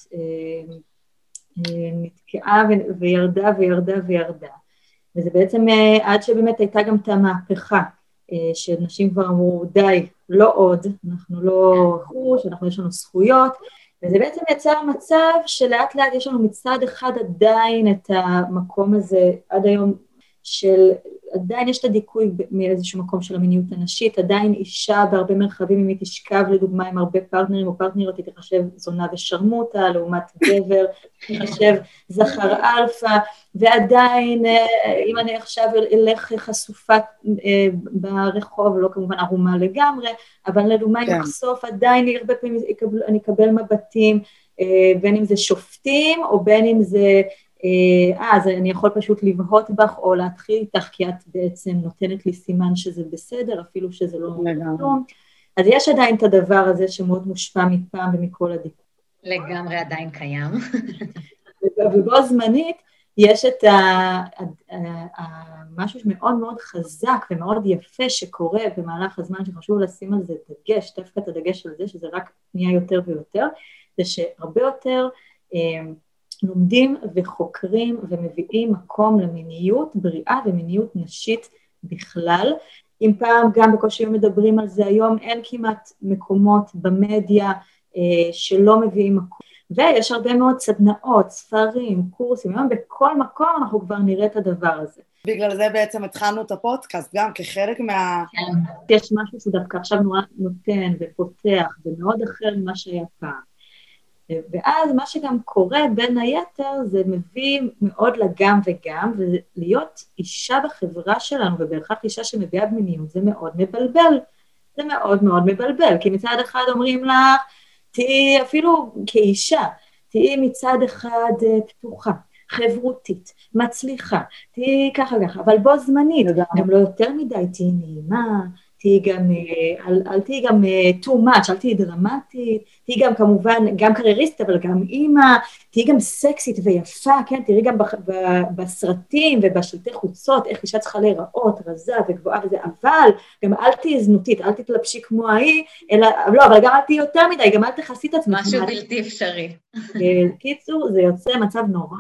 Speaker 1: נתקעה וירדה, וזה בעצם עד שבאמת הייתה גם את המהפכה, שנשים כבר אמרו, די, לא עוד, אנחנו לא חוש, יש לנו זכויות, וזה בעצם יצר מצב שלאט לאט יש לנו מצד אחד עדיין את המקום הזה, עד היום של, עדיין יש את הדיכוי מאיזשהו מקום של המיניות הנשית, עדיין אישה בהרבה מרחבים, אם היא תשכב לדוגמה עם הרבה פרטנרים או פרטנרות, היא תחשב זונה ושרמוטה, לעומת גבר, תחשב זכר אלפא, ועדיין, אם אני עכשיו אלך חשופה ברחוב, לא כמובן ערומה לגמרי, אבל לדוגמה אם אחשוף, עדיין הרבה פעמים אני אקבל מבטים, בין אם זה שופטים, או בין אם זה, אז אני יכול פשוט לבהות בך, או להתחיל איתך, כי את בעצם נותנת לי סימן שזה בסדר, אפילו שזה לא כלום. אז יש עדיין את הדבר הזה שמאוד מושפע מפעם ומכל הדיכוי.
Speaker 5: לגמרי עדיין קיים.
Speaker 1: ובו זמנית, יש את משהו מאוד מאוד חזק ומאוד יפה שקורה במהלך הזמן, שחשוב לשים על זה דגש, דווקא את הדגש על זה, שזה רק נהיה יותר ויותר, זה שהרבה יותר לומדים וחוקרים ומביאים מקום למיניות בריאה ומיניות נשית בכלל. אם פעם גם בקושי מדברים על זה, היום אין כמעט מקומות במדיה שלא מביאים מקום. ויש הרבה מאוד סדנאות, ספרים, קורסים, היום בכל מקום אנחנו כבר נראה את הדבר הזה.
Speaker 4: בגלל זה בעצם התחלנו את הפודקאסט, גם כחלק
Speaker 1: כן, יש משהו שהוא דווקא עכשיו נורא נותן ופותח, ומאוד אחר ממה שהיה פעם. ואז מה שגם קורה בין היתר, זה מביא מאוד לגם וגם, ולהיות אישה בחברה שלנו, ובהכרח אישה שמביאה במיניות, זה מאוד מבלבל. זה מאוד מאוד מבלבל, כי מצד אחד אומרים לך, תהיי אפילו כאישה, תהיי מצד אחד פתוחה, חברותית, מצליחה, תהיי ככה, אבל בו זמנית, גם לא יותר מדי, תהיי נעימה, תהיי גם, אל תהיי גם too much, אל תהיי דרמטית, תהיי גם כמובן, גם קרייריסט, אבל גם אימא, תהיי גם סקסית ויפה, כן, תראי גם בסרטים ובשלטי חוצות, איך אישה צריכה להיראות, רזה וגבוהה וזה, אבל גם אל תהיי זנותית, אל תתלבשי כמו ההיא, אלא, לא, אבל גם אל תהיי יותר מדי, גם אל תחסי את עצמך.
Speaker 5: משהו בלתי אפשרי.
Speaker 1: בקיצור, זה יוצא מצב נורא.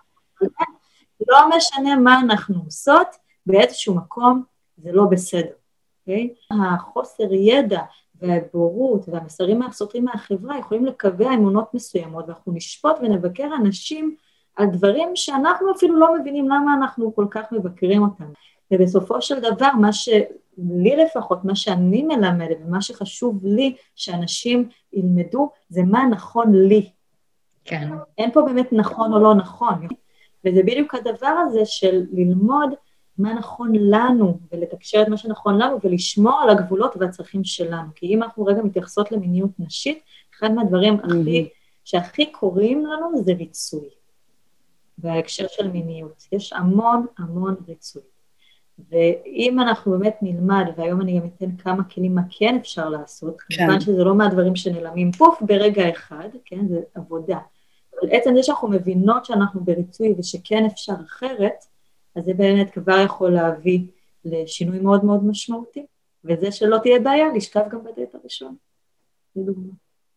Speaker 1: לא משנה מה אנחנו עושות, באיזשהו מקום זה לא בסדר. Okay? החוסר ידע והבורות והמסרים הסותרים מהחברה יכולים לקבע אמונות מסוימות, ואנחנו נשפוט ונבקר אנשים על דברים שאנחנו אפילו לא מבינים למה אנחנו כל כך מבקרים אותם. ובסופו של דבר, מה שלי לפחות, מה שאני מלמדת ומה שחשוב לי שאנשים ילמדו, זה מה נכון לי.
Speaker 5: כן.
Speaker 1: אין פה באמת נכון או לא נכון. וזה בדיוק הדבר הזה של ללמוד מה נכון לנו, ולתקשר את מה שנכון לנו, ולשמור על הגבולות והצרכים שלנו. כי אם אנחנו רגע מתייחסות למיניות נשית, אחד מהדברים שהכי קוראים לנו זה ריצוי. בהקשר של מיניות. יש המון המון ריצוי. ואם אנחנו באמת נלמד, והיום אני גם אתן כמה כלים מה כן אפשר לעשות, כמובן שזה לא מהדברים שנעלמים פוף ברגע אחד, כן, זה עבודה. אבל עצם זה שאנחנו מבינות שאנחנו בריצוי ושכן אפשר אחרת, אז זה באמת כבר יכול להביא לשינוי מאוד מאוד משמעותי, וזה שלא תהיה בעיה, לשכב גם בדייט הראשון. זה דוגמה.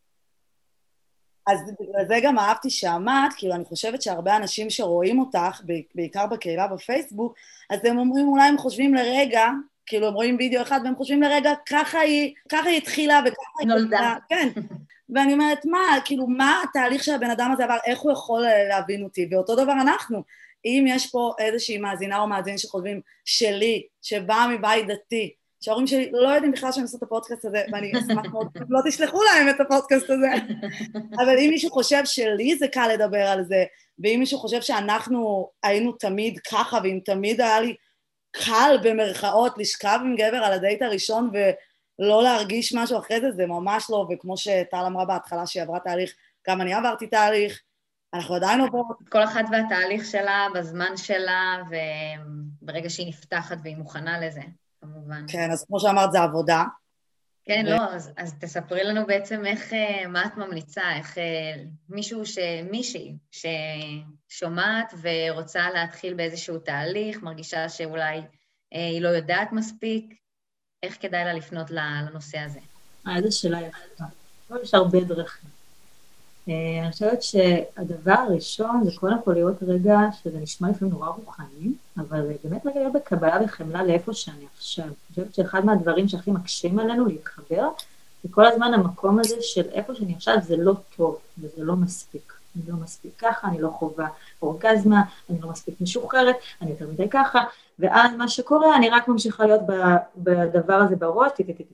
Speaker 4: אז בגלל זה גם אהבתי שאמרת, כאילו אני חושבת שהרבה אנשים שרואים אותך, בעיקר בקהילה בפייסבוק, אז הם אומרים, אולי הם חושבים לרגע, כאילו הם רואים וידאו אחד, והם חושבים לרגע, ככה היא התחילה וככה היא נולדה. כן. ואני אומרת, כאילו, מה התהליך של הבן אדם הזה עבר, איך הוא יכול להבין אותי? ואותו דבר אנחנו. אם יש פה איזושהי מאזינה או מאזין שחושבים שלי, שבאה מבית דתי, שההורים שלי לא יודעים בכלל שהם עשו את הפודקאסט הזה, ואני אשמח מאוד, לא תשלחו להם את הפודקאסט הזה. אבל אם מישהו חושב שלי זה קל לדבר על זה, ואם מישהו חושב שאנחנו היינו תמיד ככה, ואם תמיד היה לי קל במרכאות לשכב עם גבר על הדייט הראשון, ולא להרגיש משהו אחרי זה, זה ממש לא, וכמו שטל אמרה בהתחלה שהיא עברה תהליך, גם אני עברתי תהליך, אנחנו עדיין עוברות.
Speaker 5: כל אחת והתהליך שלה, בזמן שלה, וברגע שהיא נפתחת והיא מוכנה לזה, כמובן.
Speaker 4: כן, אז כמו שאמרת, זה עבודה.
Speaker 5: כן, לא, אז תספרי לנו בעצם איך, מה את ממליצה, איך מישהי ששומעת ורוצה להתחיל באיזשהו תהליך, מרגישה שאולי היא לא יודעת מספיק, איך כדאי לה לפנות לנושא הזה?
Speaker 1: איזו שאלה יפה. יש הרבה דרכים. אני חושבת שהדבר הראשון זה קודם כל להיות רגע שזה נשמע לפעמים נורא רוחני, אבל באמת רגע להיות בקבלה וחמלה לאיפה שאני עכשיו. אני חושבת שאחד מהדברים שהכי מקשים עלינו להתחבר, זה כל הזמן המקום הזה של איפה שאני עכשיו זה לא טוב, וזה לא מספיק. אני לא מספיק ככה, אני לא חובה אורגזמה, אני לא מספיק משוחררת, אני יותר מדי ככה, ואז מה שקורה, אני רק ממשיכה להיות בדבר הזה בראש,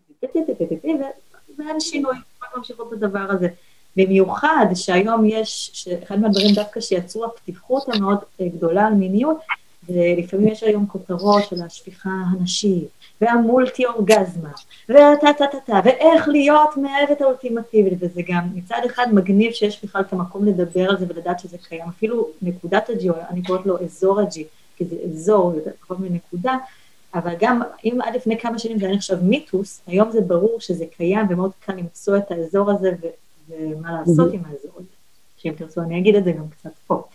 Speaker 1: ואין שינוי, רק ממשיכות בדבר הזה. במיוחד שהיום יש, אחד מהדברים דווקא שיצרו הפתיחות המאוד גדולה על מיניות, ולפעמים יש היום כותרות של השפיכה הנשית, והמולטי אורגזמה, ואיך להיות מאהבת האולטימטיבית, וזה גם מצד אחד מגניב שיש בכלל את המקום לדבר על זה ולדעת שזה קיים, אפילו נקודת הג'י, אני קוראת לו אזור הג'י, כי זה אזור, יותר פחות מנקודה, אבל גם אם עד לפני כמה שנים זה היה נחשב מיתוס, היום זה ברור שזה קיים ומאוד קל למצוא את האזור הזה ומה לעשות עם האזור הזה, שאם תרצו אני אגיד את זה גם קצת פה.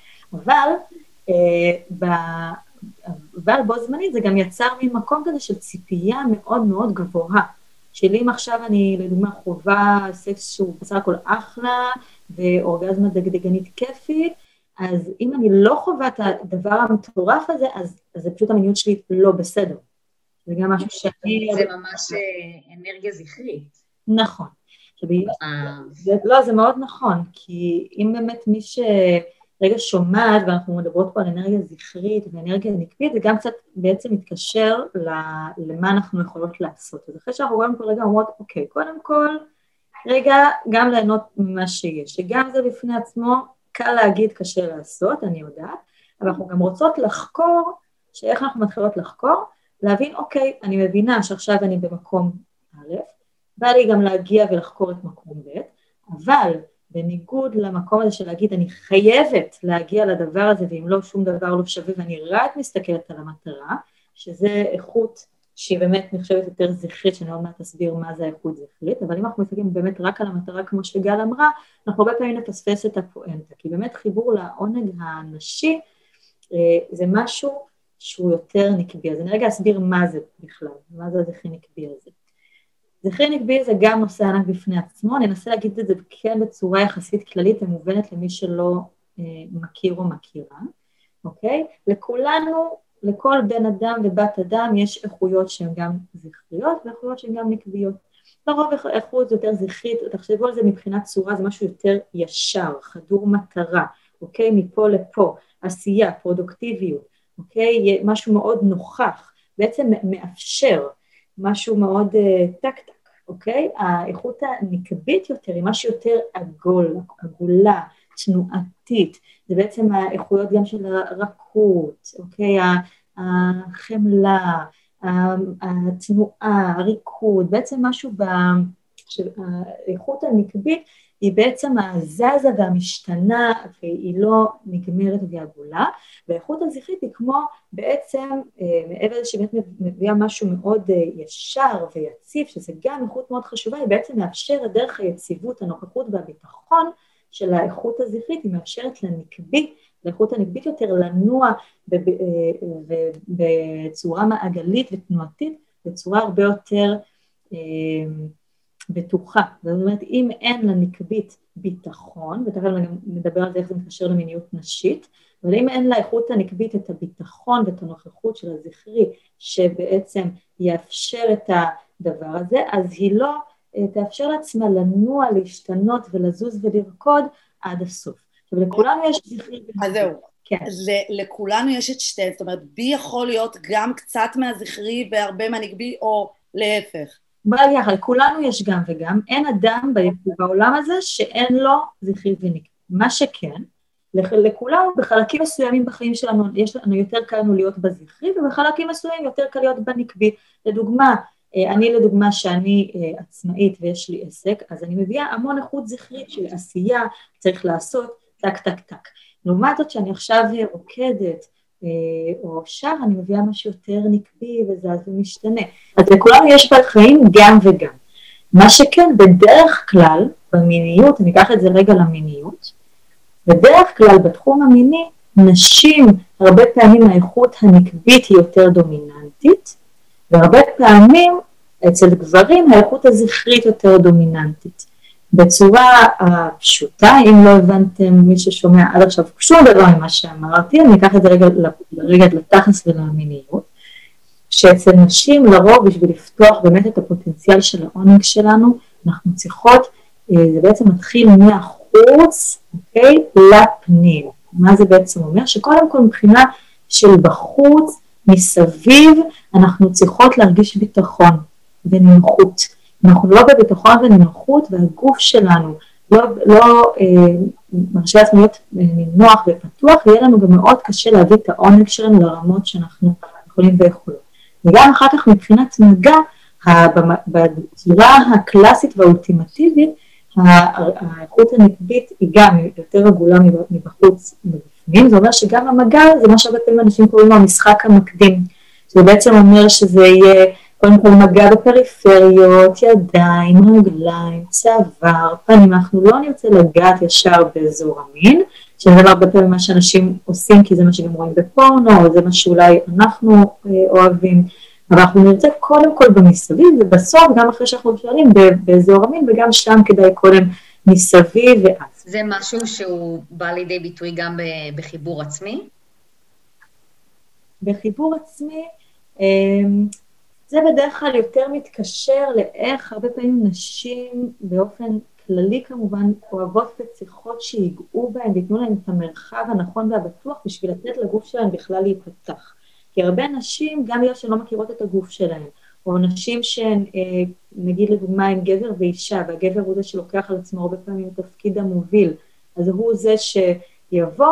Speaker 1: אבל בו זמנית זה גם יצר מין מקום כזה של ציפייה מאוד מאוד גבוהה, שלי אם עכשיו אני לדוגמה חובה סקס שהוא בסך הכל אחלה, ואורגזמה דגדגנית כיפית, אז אם אני לא חובה את הדבר המטורף הזה, אז זה פשוט המיניות שלי לא בסדר. זה גם משהו שאני...
Speaker 5: זה ממש אנרגיה זכרית.
Speaker 1: נכון. לא, זה מאוד נכון, כי אם באמת מי רגע שומעת, ואנחנו מדברות פה על אנרגיה זכרית ואנרגיה נקבית, זה גם קצת בעצם מתקשר למה אנחנו יכולות לעשות. אז אחרי שאנחנו קודם כל רגע אומרות, אוקיי, קודם כל, רגע גם ליהנות ממה שיש, שגם זה בפני עצמו קל להגיד, קשה לעשות, אני יודעת, אבל אנחנו גם רוצות לחקור, שאיך אנחנו מתחילות לחקור, להבין, אוקיי, אני מבינה שעכשיו אני במקום א', בא לי גם להגיע ולחקור את מקום ב', אבל בניגוד למקום הזה של להגיד, אני חייבת להגיע לדבר הזה, ואם לא שום דבר לא שווה, ואני רק מסתכלת על המטרה, שזה איכות שהיא באמת נחשבת יותר זכרית, שאני עוד מעט אסביר מה זה האיכות זכרית, אבל אם אנחנו מסתכלים באמת רק על המטרה, כמו שגל אמרה, אנחנו הרבה פעמים נפספס את הפואנטה, כי באמת חיבור לעונג הנשי, זה משהו שהוא יותר נקבי, אז אני רגע אסביר מה זה בכלל, מה זה הזכרי נקבי הזה. זכרי נקבי זה גם נושא ענק בפני עצמו, אני אנסה להגיד את זה כן בצורה יחסית כללית ומובנת למי שלא מכיר או מכירה, אוקיי? לכולנו, לכל בן אדם ובת אדם יש איכויות שהן גם זכריות ואיכויות שהן גם נקביות. לרוב איכות יותר זכרית, תחשבו על זה מבחינת צורה, זה משהו יותר ישר, חדור מטרה, אוקיי? מפה לפה, עשייה, פרודוקטיביות, אוקיי? משהו מאוד נוכח, בעצם מאפשר, משהו מאוד טק-טק, אוקיי? האיכות הנקבית יותר היא משהו יותר עגול, עגולה, תנועתית, זה בעצם האיכויות גם של הרכות, אוקיי? החמלה, התנועה, הריקוד, בעצם משהו האיכות הנקבית היא בעצם הזזה והמשתנה, והיא לא נגמרת ועגולה, והאיכות הזכרית היא כמו בעצם, מעבר לזה שבאמת מביאה משהו מאוד ישר ויציב, שזה גם איכות מאוד חשובה, היא בעצם מאפשרת דרך היציבות, הנוכחות והביטחון של האיכות הזכרית, היא מאפשרת לנקבי, לאיכות הנקבית יותר לנוע בצורה מעגלית ותנועתית, בצורה הרבה יותר בטוחה. זאת אומרת, אם אין לנקבית ביטחון, ותכף נדבר על זה איך זה מתקשר למיניות נשית, אבל אם אין לאיכות הנקבית את הביטחון ואת הנוכחות של הזכרי, שבעצם יאפשר את הדבר הזה, אז היא לא תאפשר לעצמה לנוע, להשתנות ולזוז ולרקוד עד הסוף. עכשיו, לכולנו יש זכרי.
Speaker 4: אז זהו.
Speaker 1: כן.
Speaker 4: לכולנו יש את שתי, זאת אומרת, בי יכול להיות גם קצת מהזכרי והרבה מהנקבי, או להפך.
Speaker 1: ביחד, לכולנו יש גם וגם, אין אדם בעולם הזה שאין לו זכרי ונקבי. מה שכן, לכולנו בחלקים מסוימים בחיים שלנו, יש לנו יותר קל לנו להיות בזכרי, ובחלקים מסוימים יותר קל להיות בנקבי. לדוגמה, אני לדוגמה שאני עצמאית ויש לי עסק, אז אני מביאה המון איכות זכרית של עשייה, צריך לעשות טק טק טק. לעומת זאת שאני עכשיו רוקדת, או שר, אני מביאה משהו יותר נקבי וזז ומשתנה. אז לכולנו יש בחיים גם וגם. מה שכן, בדרך כלל, במיניות, אני אקח את זה רגע למיניות, בדרך כלל בתחום המיני, נשים, הרבה פעמים האיכות הנקבית היא יותר דומיננטית, והרבה פעמים אצל גברים האיכות הזכרית יותר דומיננטית. בצורה הפשוטה, אם לא הבנתם מי ששומע עד עכשיו שום דבר ממה שאמרתי, אני אקח את זה רגע לתכלס ולמיניות, שאצל נשים לרוב בשביל לפתוח באמת את הפוטנציאל של העונג שלנו, אנחנו צריכות, זה בעצם מתחיל מהחוץ, אוקיי, לפנים. מה זה בעצם אומר? שקודם כל מבחינה של בחוץ, מסביב, אנחנו צריכות להרגיש ביטחון ונינוחות. אנחנו לא בביטחון ונינוחות, והגוף שלנו לא מרשה לעצמו להיות נינוח ופתוח, ויהיה לנו גם מאוד קשה להביא את העונג שלנו לרמות שאנחנו יכולים ויכולות. וגם אחר כך מבחינת מגע, בצורה הקלאסית והאולטימטיבית, האיכות הנקבית היא גם יותר רגולה מבחוץ מבפנים, זה אומר שגם המגע זה מה שהרבה פעמים אנשים קוראים לו המשחק המקדים, זה בעצם אומר שזה יהיה קודם כל מגע בפריפריות, ידיים, רגליים, צוואר, פנים, אנחנו לא נרצה לגעת ישר באזור המין, שזה הרבה פעמים מה שאנשים עושים, כי זה מה שגם רואים בפורנו, או זה מה שאולי אנחנו אוהבים, אבל אנחנו נרצה קודם כל במסביב, ובסוף גם אחרי שאנחנו שואלים באזור המין, וגם שם כדאי קודם מסביב ואז.
Speaker 5: זה משהו שהוא בא לידי ביטוי גם בחיבור עצמי?
Speaker 1: בחיבור עצמי, זה בדרך כלל יותר מתקשר לאיך הרבה פעמים נשים באופן כללי כמובן אוהבות וצריכות שיגעו בהן ויתנו להן את המרחב הנכון והבטוח בשביל לתת לגוף שלהן בכלל להיפתח. כי הרבה נשים, גם בגלל שהן לא מכירות את הגוף שלהן, או נשים שהן, נגיד לדוגמה, עם גבר ואישה, והגבר הוא זה שלוקח על עצמו הרבה פעמים את התפקיד המוביל, אז הוא זה שיבוא,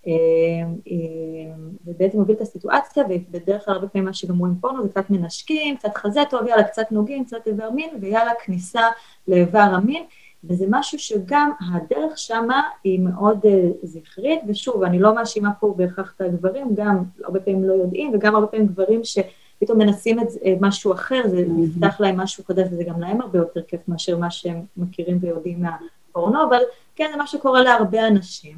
Speaker 1: ובעצם מוביל את הסיטואציה, ובדרך כלל הרבה פעמים מה שגם רואים פורנו, זה קצת מנשקים, קצת חזה טוב, יאללה, קצת נוגעים, קצת איבר מין, ויאללה, כניסה לאיבר המין, וזה משהו שגם הדרך שמה היא מאוד זכרית, ושוב, אני לא מאשימה פה בהכרח את הגברים, גם הרבה פעמים לא יודעים, וגם הרבה פעמים גברים שפתאום מנסים את משהו אחר, זה נפתח להם משהו חדש, וזה גם להם הרבה יותר כיף מאשר מה שהם מכירים ויודעים מהפורנו, אבל כן, זה מה שקורה להרבה אנשים.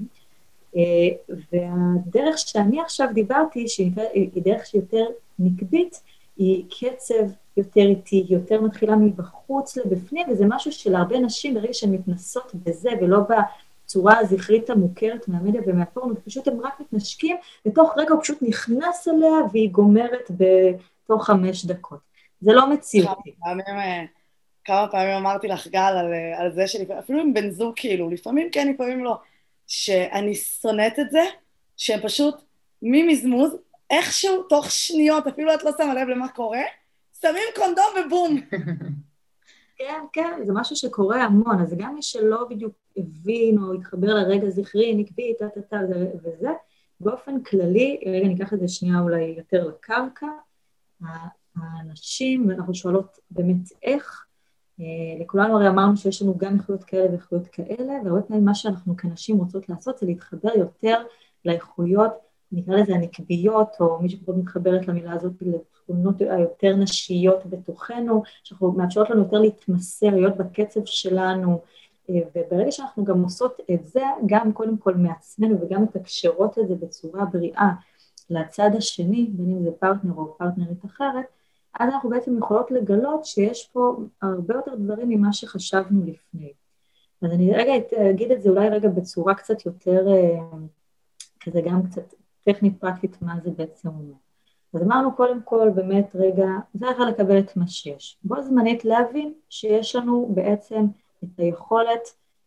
Speaker 1: והדרך שאני עכשיו דיברתי, שהיא דרך שיותר נקבית, היא קצב יותר איטי, יותר מתחילה מבחוץ לבפנים, וזה משהו שלהרבה נשים ברגע שהן מתנסות בזה, ולא בצורה הזכרית המוכרת מהמדיה ומהפורנו, פשוט הם רק מתנשקים, ותוך רגע הוא פשוט נכנס אליה, והיא גומרת בתוך 5 דקות. זה לא מציאותי.
Speaker 4: כמה פעמים אמרתי לך גל על זה אפילו עם בן זוג כאילו, לפעמים כן, לפעמים לא, שאני שונאת את זה, שהם פשוט ממזמוז, איכשהו תוך שניות, אפילו את לא שמה לב למה קורה, שמים קונדום ובום.
Speaker 1: כן, כן, זה משהו שקורה המון, אז גם מי שלא בדיוק הבין או התחבר לרגע זכרי, נקבי, וזה, באופן כללי, רגע ניקח את זה שנייה אולי יותר לקרקע, האנשים, ואנחנו שואלות באמת איך, לכולנו הרי אמרנו שיש לנו גם איכויות כאלה ואיכויות כאלה, והרבה פעמים מה שאנחנו כנשים רוצות לעשות זה להתחבר יותר לאיכויות, נקרא לזה הנקביות, או מי שפחות מתחברת למילה הזאת, לתכונות היותר נשיות בתוכנו, שאנחנו מאפשרות לנו יותר להתמסר, להיות בקצב שלנו, וברגע שאנחנו גם עושות את זה, גם קודם כל מעצמנו, וגם מתקשרות את זה בצורה בריאה לצד השני, בין אם זה פרטנר או פרטנרית אחרת, אז אנחנו בעצם יכולות לגלות שיש פה הרבה יותר דברים ממה שחשבנו לפני. אז אני רגע אגיד את זה אולי רגע בצורה קצת יותר, כזה גם קצת טכנית פרקטית מה זה בעצם אומר. אז אמרנו קודם כל באמת רגע, זה יכול לקבל את מה שיש. בו זמנית להבין שיש לנו בעצם את היכולת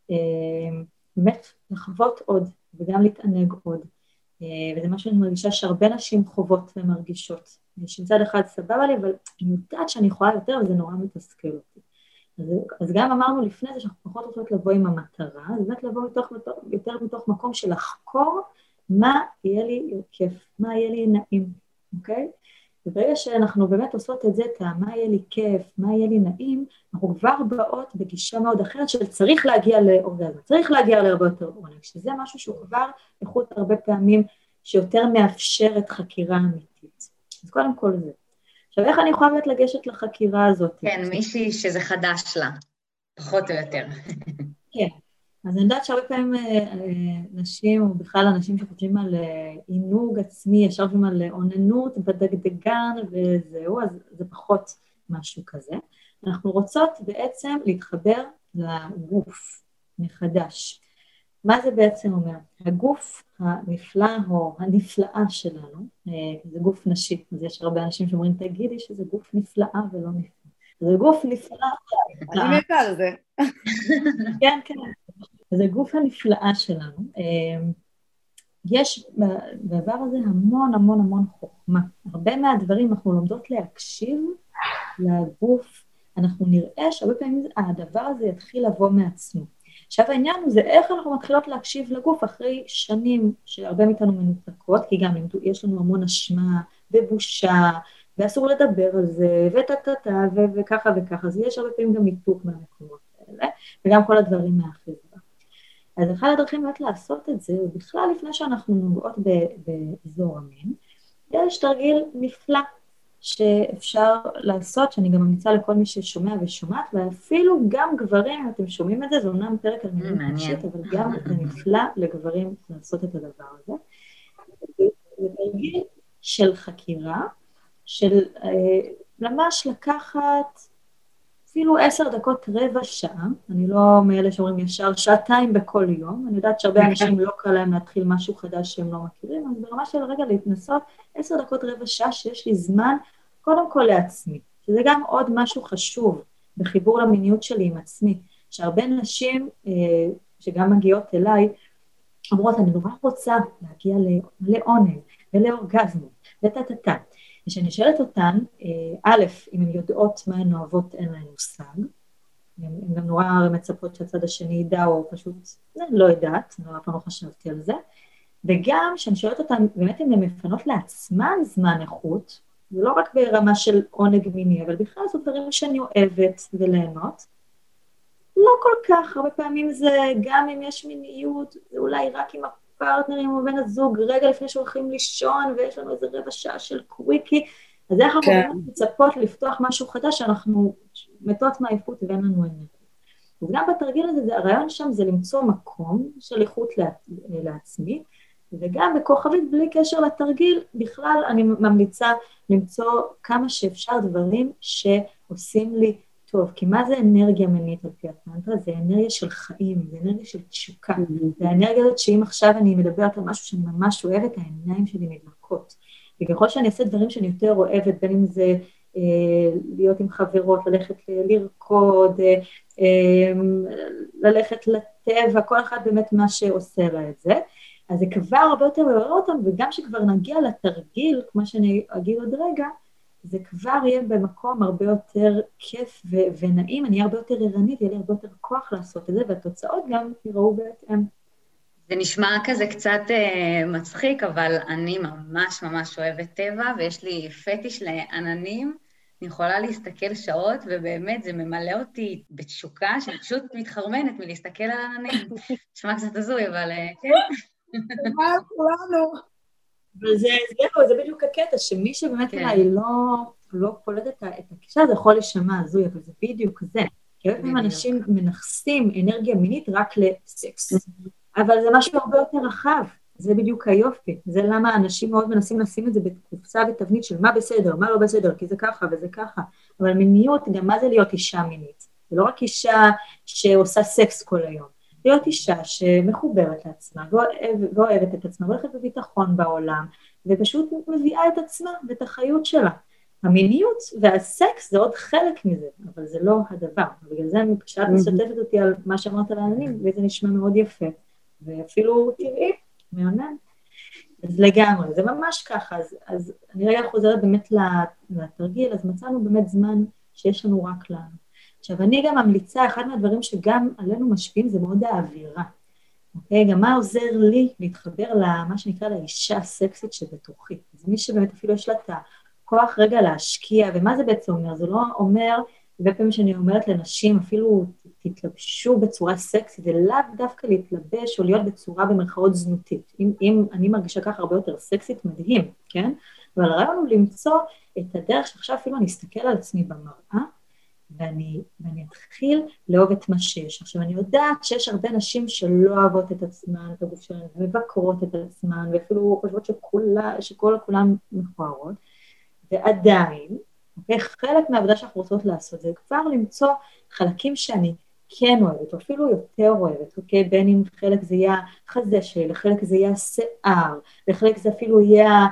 Speaker 1: באמת לחוות עוד וגם להתענג עוד. וזה משהו שאני מרגישה שהרבה נשים חוות ומרגישות. שמצד אחד סבבה לי, אבל אני יודעת שאני יכולה יותר וזה נורא מתסכל אותי. אז גם אמרנו לפני זה שאנחנו פחות רוצות לבוא עם המטרה, אז באמת לבוא יותר מתוך מקום של לחקור מה יהיה לי כיף, מה יהיה לי נעים, אוקיי? וברגע שאנחנו באמת עושות את זה, מה יהיה לי כיף, מה יהיה לי נעים, אנחנו כבר באות בגישה מאוד אחרת של צריך להגיע לאורגזמה, צריך להגיע להרבה יותר עונג, שזה משהו שהוא כבר איכות הרבה פעמים שיותר מאפשרת חקירה אמיתית. אז קודם כל זה. עכשיו, איך אני יכולה באמת לגשת לחקירה הזאת?
Speaker 5: כן, מישהי שזה חדש לה, פחות או יותר.
Speaker 1: כן. אז אני יודעת שהרבה פעמים נשים, או בכלל אנשים שחושבים על עינוג עצמי, ישר חושבים על עוננות בדגדגן וזהו, אז זה פחות משהו כזה. אנחנו רוצות בעצם להתחבר לגוף מחדש. מה זה בעצם אומר? הגוף הנפלא או הנפלאה שלנו, זה גוף נשי, אז יש הרבה אנשים שאומרים, תגידי שזה גוף נפלאה ולא נפלא. זה גוף נפלא.
Speaker 4: אני מתה על זה.
Speaker 1: כן, כן. אז הגוף הנפלאה שלנו, יש בדבר הזה המון המון המון חוכמה. הרבה מהדברים אנחנו לומדות להקשיב לגוף, אנחנו נראה שהרבה פעמים הדבר הזה יתחיל לבוא מעצמו. עכשיו העניין הוא זה איך אנחנו מתחילות להקשיב לגוף אחרי שנים שהרבה מאיתנו מנותקות, כי גם יש לנו המון אשמה ובושה, ואסור לדבר על זה, וככה וככה, אז יש הרבה פעמים גם ניתוק מהמקומות האלה, וגם כל הדברים מהחברה. אז אחד הדרכים באמת לעשות את זה, ובכלל לפני שאנחנו נוגעות באזור המין, יש תרגיל נפלא שאפשר לעשות, שאני גם ממליצה לכל מי ששומע ושומעת, ואפילו גם גברים, אם אתם שומעים את זה, זה אומנם פרק על מיניות נפשית, אבל גם זה נפלא לגברים לעשות את הדבר הזה. זה תרגיל של חקירה, של ממש לקחת אפילו 10 דקות, רבע שעה, אני לא מאלה שאומרים ישר שעתיים בכל יום, אני יודעת שהרבה אנשים לא קל להם להתחיל משהו חדש שהם לא מכירים, אז ברמה של רגע להתנסות 10 דקות, רבע שעה שיש לי זמן, קודם כל לעצמי, שזה גם עוד משהו חשוב בחיבור למיניות שלי עם עצמי, שהרבה נשים שגם מגיעות אליי, אומרות, אני נורא רוצה להגיע לעונג ולאורגזמו, וטטטה. וכשאני שואלת אותן, א', אם הן יודעות מה הן אוהבות, אין להן מושג, הן גם נורא מצפות שהצד השני ידע, או פשוט לא יודעת, נורא פעם לא חשבתי על זה, וגם כשאני שואלת אותן, באמת אם הן מפנות לעצמן זמן איכות, זה לא רק ברמה של עונג מיני, אבל בכלל זו דברים שאני אוהבת וליהנות, לא כל כך, הרבה פעמים זה גם אם יש מיניות, זה אולי רק עם הפרטנרים או בן הזוג, רגע לפני שהולכים לישון, ויש לנו איזה רבע שעה של קוויקי, אז איך אנחנו באמת מצפות לפתוח משהו חדש, שאנחנו מתות מעייפות ואין לנו אנרגיה. וגם בתרגיל הזה, הרעיון שם זה למצוא מקום של איכות לעצמי, וגם בכוכבית בלי קשר לתרגיל, בכלל אני ממליצה למצוא כמה שאפשר דברים שעושים לי טוב, כי מה זה אנרגיה מינית על פי הטנטרה? זה אנרגיה של חיים, זה אנרגיה של תשוקה, זה האנרגיה הזאת שאם עכשיו אני מדברת על משהו שאני ממש אוהבת, העיניים שלי מדלקות, וככל שאני אעשה דברים שאני יותר אוהבת, בין אם זה להיות עם חברות, ללכת לרקוד, ללכת לטבע, כל אחד באמת מה שעושה לה את זה, אז זה כבר הרבה יותר מעורר אותם, וגם שכבר נגיע לתרגיל, כמו שאני אגיד עוד רגע, זה כבר יהיה במקום הרבה יותר כיף ונעים, אני אהיה הרבה יותר ערנית, יהיה לי הרבה יותר כוח לעשות את זה, והתוצאות גם יראו בהתאם.
Speaker 5: זה נשמע כזה קצת מצחיק, אבל אני ממש ממש אוהבת טבע, ויש לי פטיש לעננים, אני יכולה להסתכל שעות, ובאמת זה ממלא אותי בתשוקה, שאני פשוט מתחרמנת מלהסתכל על עננים. נשמע קצת הזוי, אבל כן.
Speaker 4: מה כולנו?
Speaker 1: זה בדיוק הקטע, שמי שבאמת אולי לא קולט את הקישה, זה יכול להישמע הזוי, אבל זה בדיוק זה. כי הרבה פעמים אנשים מנחסים אנרגיה מינית רק לסקס. אבל זה משהו הרבה יותר רחב, זה בדיוק היופי. זה למה אנשים מאוד מנסים לשים את זה בקופסה ותבנית של מה בסדר, מה לא בסדר, כי זה ככה וזה ככה. אבל מיניות, גם מה זה להיות אישה מינית? זה לא רק אישה שעושה סקס כל היום. להיות אישה שמחוברת לעצמה, ואוהבת את עצמה, והולכת בביטחון בעולם, ופשוט מביאה את עצמה ואת החיות שלה. המיניות והסקס זה עוד חלק מזה, אבל זה לא הדבר. בגלל זה כשאת משתפת אותי על מה שאמרת על העננים, וזה נשמע מאוד יפה, ואפילו טבעי, מעונן. אז לגמרי, זה ממש ככה. אז אני רגע חוזרת באמת לתרגיל, אז מצאנו באמת זמן שיש לנו רק לנו. עכשיו, אני גם ממליצה, אחד מהדברים שגם עלינו משפיעים, זה מאוד האווירה. אוקיי? גם מה עוזר לי להתחבר למה שנקרא לאישה הסקסית שבתוכי. אז מי שבאמת אפילו יש לה את הכוח רגע להשקיע, ומה זה בעצם אומר? זה לא אומר, ובפעמים שאני אומרת לנשים, אפילו תתלבשו בצורה סקסית, זה לאו דווקא להתלבש או להיות בצורה במרכאות זנותית. אם אני מרגישה ככה הרבה יותר סקסית, מדהים, כן? אבל הרעיון הוא למצוא את הדרך שעכשיו אפילו אני אסתכל על עצמי במראה, ואני אתחיל לאהוב את מה שיש. עכשיו, אני יודעת שיש הרבה נשים שלא אוהבות את עצמן, את הגוף שלהן, מבקרות את עצמן, ואפילו חושבות כולן מכוערות, ועדיין, חלק מהעבודה שאנחנו רוצות לעשות, זה כבר למצוא חלקים שאני כן אוהבת, או אפילו יותר אוהבת, אוקיי? בין אם חלק זה יהיה החזה שלי, לחלק זה יהיה השיער, לחלק זה אפילו יהיה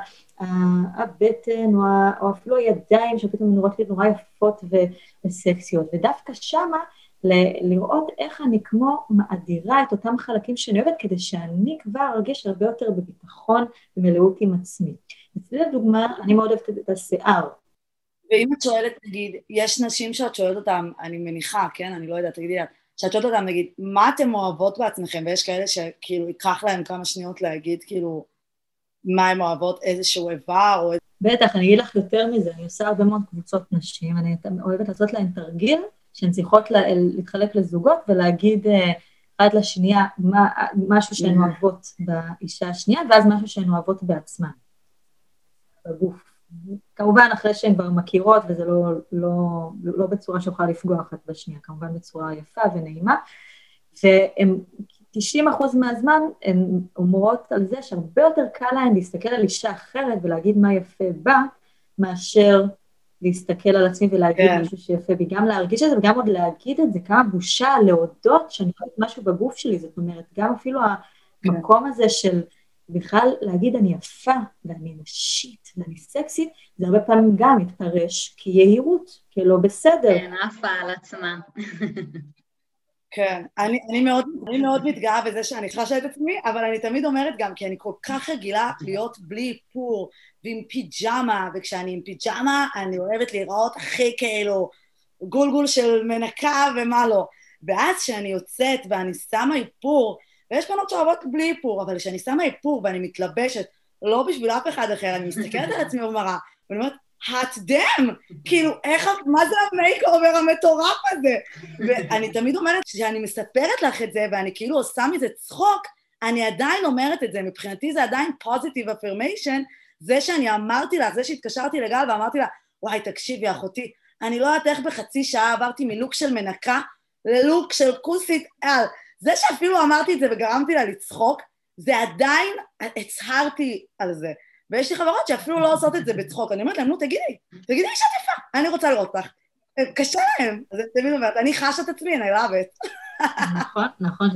Speaker 1: הבטן, או אפילו הידיים, שפתאום נראות לי נורא יפות וסקסיות, ודווקא שמה, לראות איך אני כמו מאדירה את אותם חלקים שאני אוהבת, כדי שאני כבר ארגיש הרבה יותר בביטחון ומלאות עם עצמי. אצלי לדוגמה, אני מאוד אוהבת את השיער.
Speaker 4: ואם את שואלת, נגיד, יש נשים שאת שואלת אותם, אני מניחה, כן, אני לא יודעת, תגידי, שאת שואלת אותם, נגיד, מה אתם אוהבות בעצמכם, ויש כאלה שכאילו ייקח להם כמה שניות להגיד, כאילו, מה הן אוהבות, איזשהו איבר, או...
Speaker 1: בטח, אני אגיד לך יותר מזה, אני עושה הרבה מאוד קבוצות נשים, אני אוהבת לעשות להן תרגיל, שהן צריכות להתחלק לזוגות, ולהגיד עד לשנייה משהו שהן אוהבות באישה השנייה, ואז משהו שהן אוהבות בעצמן, בגוף. כמובן אחרי שהן כבר מכירות, וזה לא בצורה שיכולה לפגוע אחת בשנייה, כמובן בצורה יפה ונעימה, והן 90% מהזמן הן אומרות על זה שהרבה יותר קל להן להסתכל על אישה אחרת ולהגיד מה יפה בה, מאשר להסתכל על עצמי ולהגיד משהו שיפה בי, גם להרגיש את זה וגם עוד להגיד את זה, כמה בושה להודות שאני אוהבת משהו בגוף שלי, זאת אומרת, גם אפילו המקום הזה של בכלל להגיד אני יפה ואני נשית ואני סקסית, זה הרבה פעמים גם מתפרש כיהירות, כלא בסדר.
Speaker 5: כן, עפה על עצמה.
Speaker 4: כן, אני מאוד מתגאה בזה שאני חשה את עצמי, אבל אני תמיד אומרת גם, כי אני כל כך רגילה להיות בלי איפור, ועם פיג'מה, וכשאני עם פיג'מה, אני אוהבת להיראות הכי כאילו גולגול של מנקה ומה לא. ואז כשאני יוצאת ואני שמה איפור, ויש בנות שאוהבות בלי איפור, אבל כשאני שמה איפור ואני מתלבשת, לא בשביל אף אחד אחר, אני מסתכלת על עצמי במראה, ואני אומרת, hot damn, כאילו, מה זה המייק אובר המטורף הזה? ואני תמיד אומרת, כשאני מספרת לך את זה, ואני כאילו עושה מזה צחוק, אני עדיין אומרת את זה, מבחינתי זה עדיין positive affirmation, זה שאני אמרתי לה, זה שהתקשרתי לגל ואמרתי לה, וואי, תקשיבי, אחותי, אני לא יודעת איך בחצי שעה עברתי מלוק של מנקה ללוק של כוסית על. זה שאפילו אמרתי את זה וגרמתי לה לצחוק, זה עדיין הצהרתי על זה. ויש לי חברות שאפילו לא עושות את זה בצחוק. אני אומרת להם, נו, תגידי לי שאת יפה, אני רוצה לראות לך. קשה להם. אז תמיד אומרת, אני חש את עצמי, אני love it.
Speaker 1: נכון,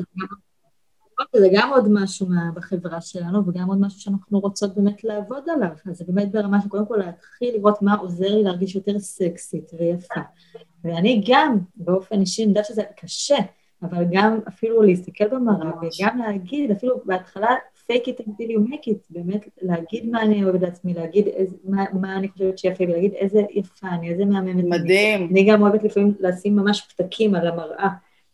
Speaker 1: זה גם עוד משהו בחברה שלנו, וגם עוד משהו שאנחנו רוצות באמת לעבוד עליו. אז זה באמת ברמה שקודם כל להתחיל לראות מה עוזר לי להרגיש יותר סקסית ויפה. ואני גם, באופן אישי, אני יודעת שזה קשה, אבל גם אפילו להסתכל במראה, וגם להגיד, אפילו בהתחלה, fake it until you make it, באמת להגיד מה אני אוהבת לעצמי, להגיד מה אני חושבת שיפה, ולהגיד איזה יפה אני, איזה מהממת.
Speaker 4: מדהים.
Speaker 1: אני גם אוהבת לפעמים לשים ממש פתקים על המראה,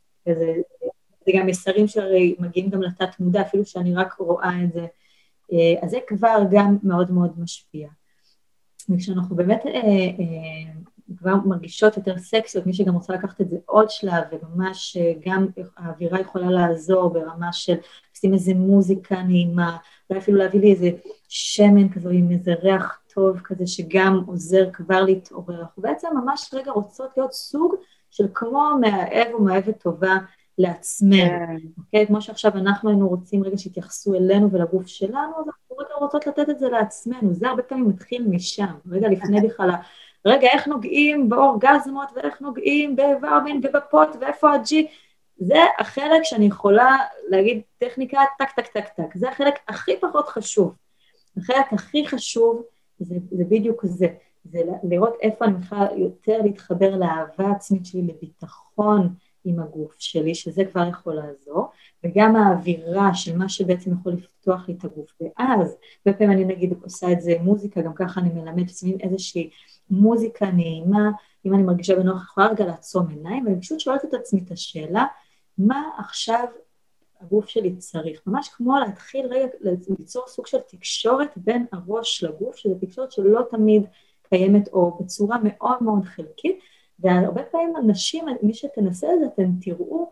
Speaker 1: זה גם מסרים שהרי מגיעים גם לתת מודע, אפילו שאני רק רואה את זה, אז זה כבר גם מאוד מאוד משפיע. וכשאנחנו באמת כבר מרגישות יותר סקסיות, מי שגם רוצה לקחת את זה עוד שלב, וממש גם האווירה יכולה לעזור ברמה של עושים איזה מוזיקה נעימה, אולי אפילו להביא לי איזה שמן כזו עם איזה ריח טוב כזה, שגם עוזר כבר להתעורר. אנחנו בעצם ממש רגע רוצות להיות סוג של כמו מאהב או מאהבת טובה לעצמנו. אוקיי? כמו שעכשיו אנחנו היינו רוצים רגע שיתייחסו אלינו ולגוף שלנו, אז אנחנו רגע רוצות לתת את זה לעצמנו. זה הרבה פעמים מתחיל משם. רגע לפני בכלל, רגע איך נוגעים באורגזמות ואיך נוגעים באיבר מין ובפוט ואיפה הג'י. זה החלק שאני יכולה להגיד טכניקה טק טק טק טק. זה החלק הכי פחות חשוב. החלק הכי חשוב זה בדיוק זה. זה לראות איפה אני יכולה יותר להתחבר לאהבה עצמית שלי, לביטחון עם הגוף שלי, שזה כבר יכול לעזור, וגם האווירה של מה שבעצם יכול לפתוח לי את הגוף. ואז, בפעמים אני נגיד עושה את זה מוזיקה, גם ככה אני מלמד עצמי איזושהי מוזיקה נעימה, אם אני מרגישה בנוח, יכולה רגע לעצום עיניים, ואני פשוט שואלת את עצמי את השאלה, מה עכשיו הגוף שלי צריך? ממש כמו להתחיל רגע ליצור סוג של תקשורת בין הראש לגוף, שזו תקשורת שלא תמיד קיימת או בצורה מאוד מאוד חלקית, והרבה פעמים אנשים, מי שתנסה את זה, אתם תראו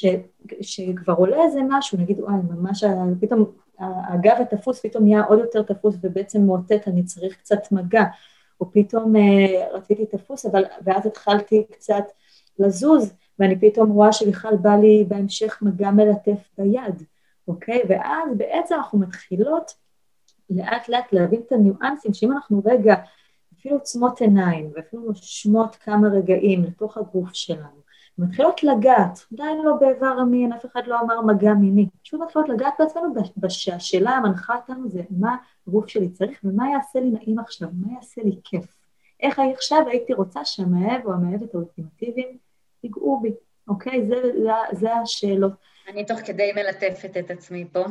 Speaker 1: שכבר עולה איזה משהו, נגיד, וואי, ממש פתאום הגב התפוס פתאום נהיה עוד יותר תפוס, ובעצם מוטט, אני צריך קצת מגע, או פתאום רציתי תפוס, ואז התחלתי קצת לזוז, ואני פתאום רואה שבכלל בא לי בהמשך מגע מלטף ביד, אוקיי? ואז בעצם אנחנו מתחילות לאט לאט להבין את הניואנסים, שאם אנחנו רגע, אפילו עוצמות עיניים, ואפילו נושמות כמה רגעים לתוך הגוף שלנו, מתחילות לגעת, עדיין לא באיבר המין, אף אחד לא אמר מגע מיני, פשוט מתחילות לגעת בעצמנו, בשאלה המנחה אותנו זה מה הגוף שלי צריך, ומה יעשה לי נעים עכשיו, מה יעשה לי כיף, איך עכשיו הייתי רוצה שהמאהב או המאהבת האולטימטיביים יגעו בי, אוקיי? זה השאלות.
Speaker 5: אני תוך כדי מלטפת את עצמי פה.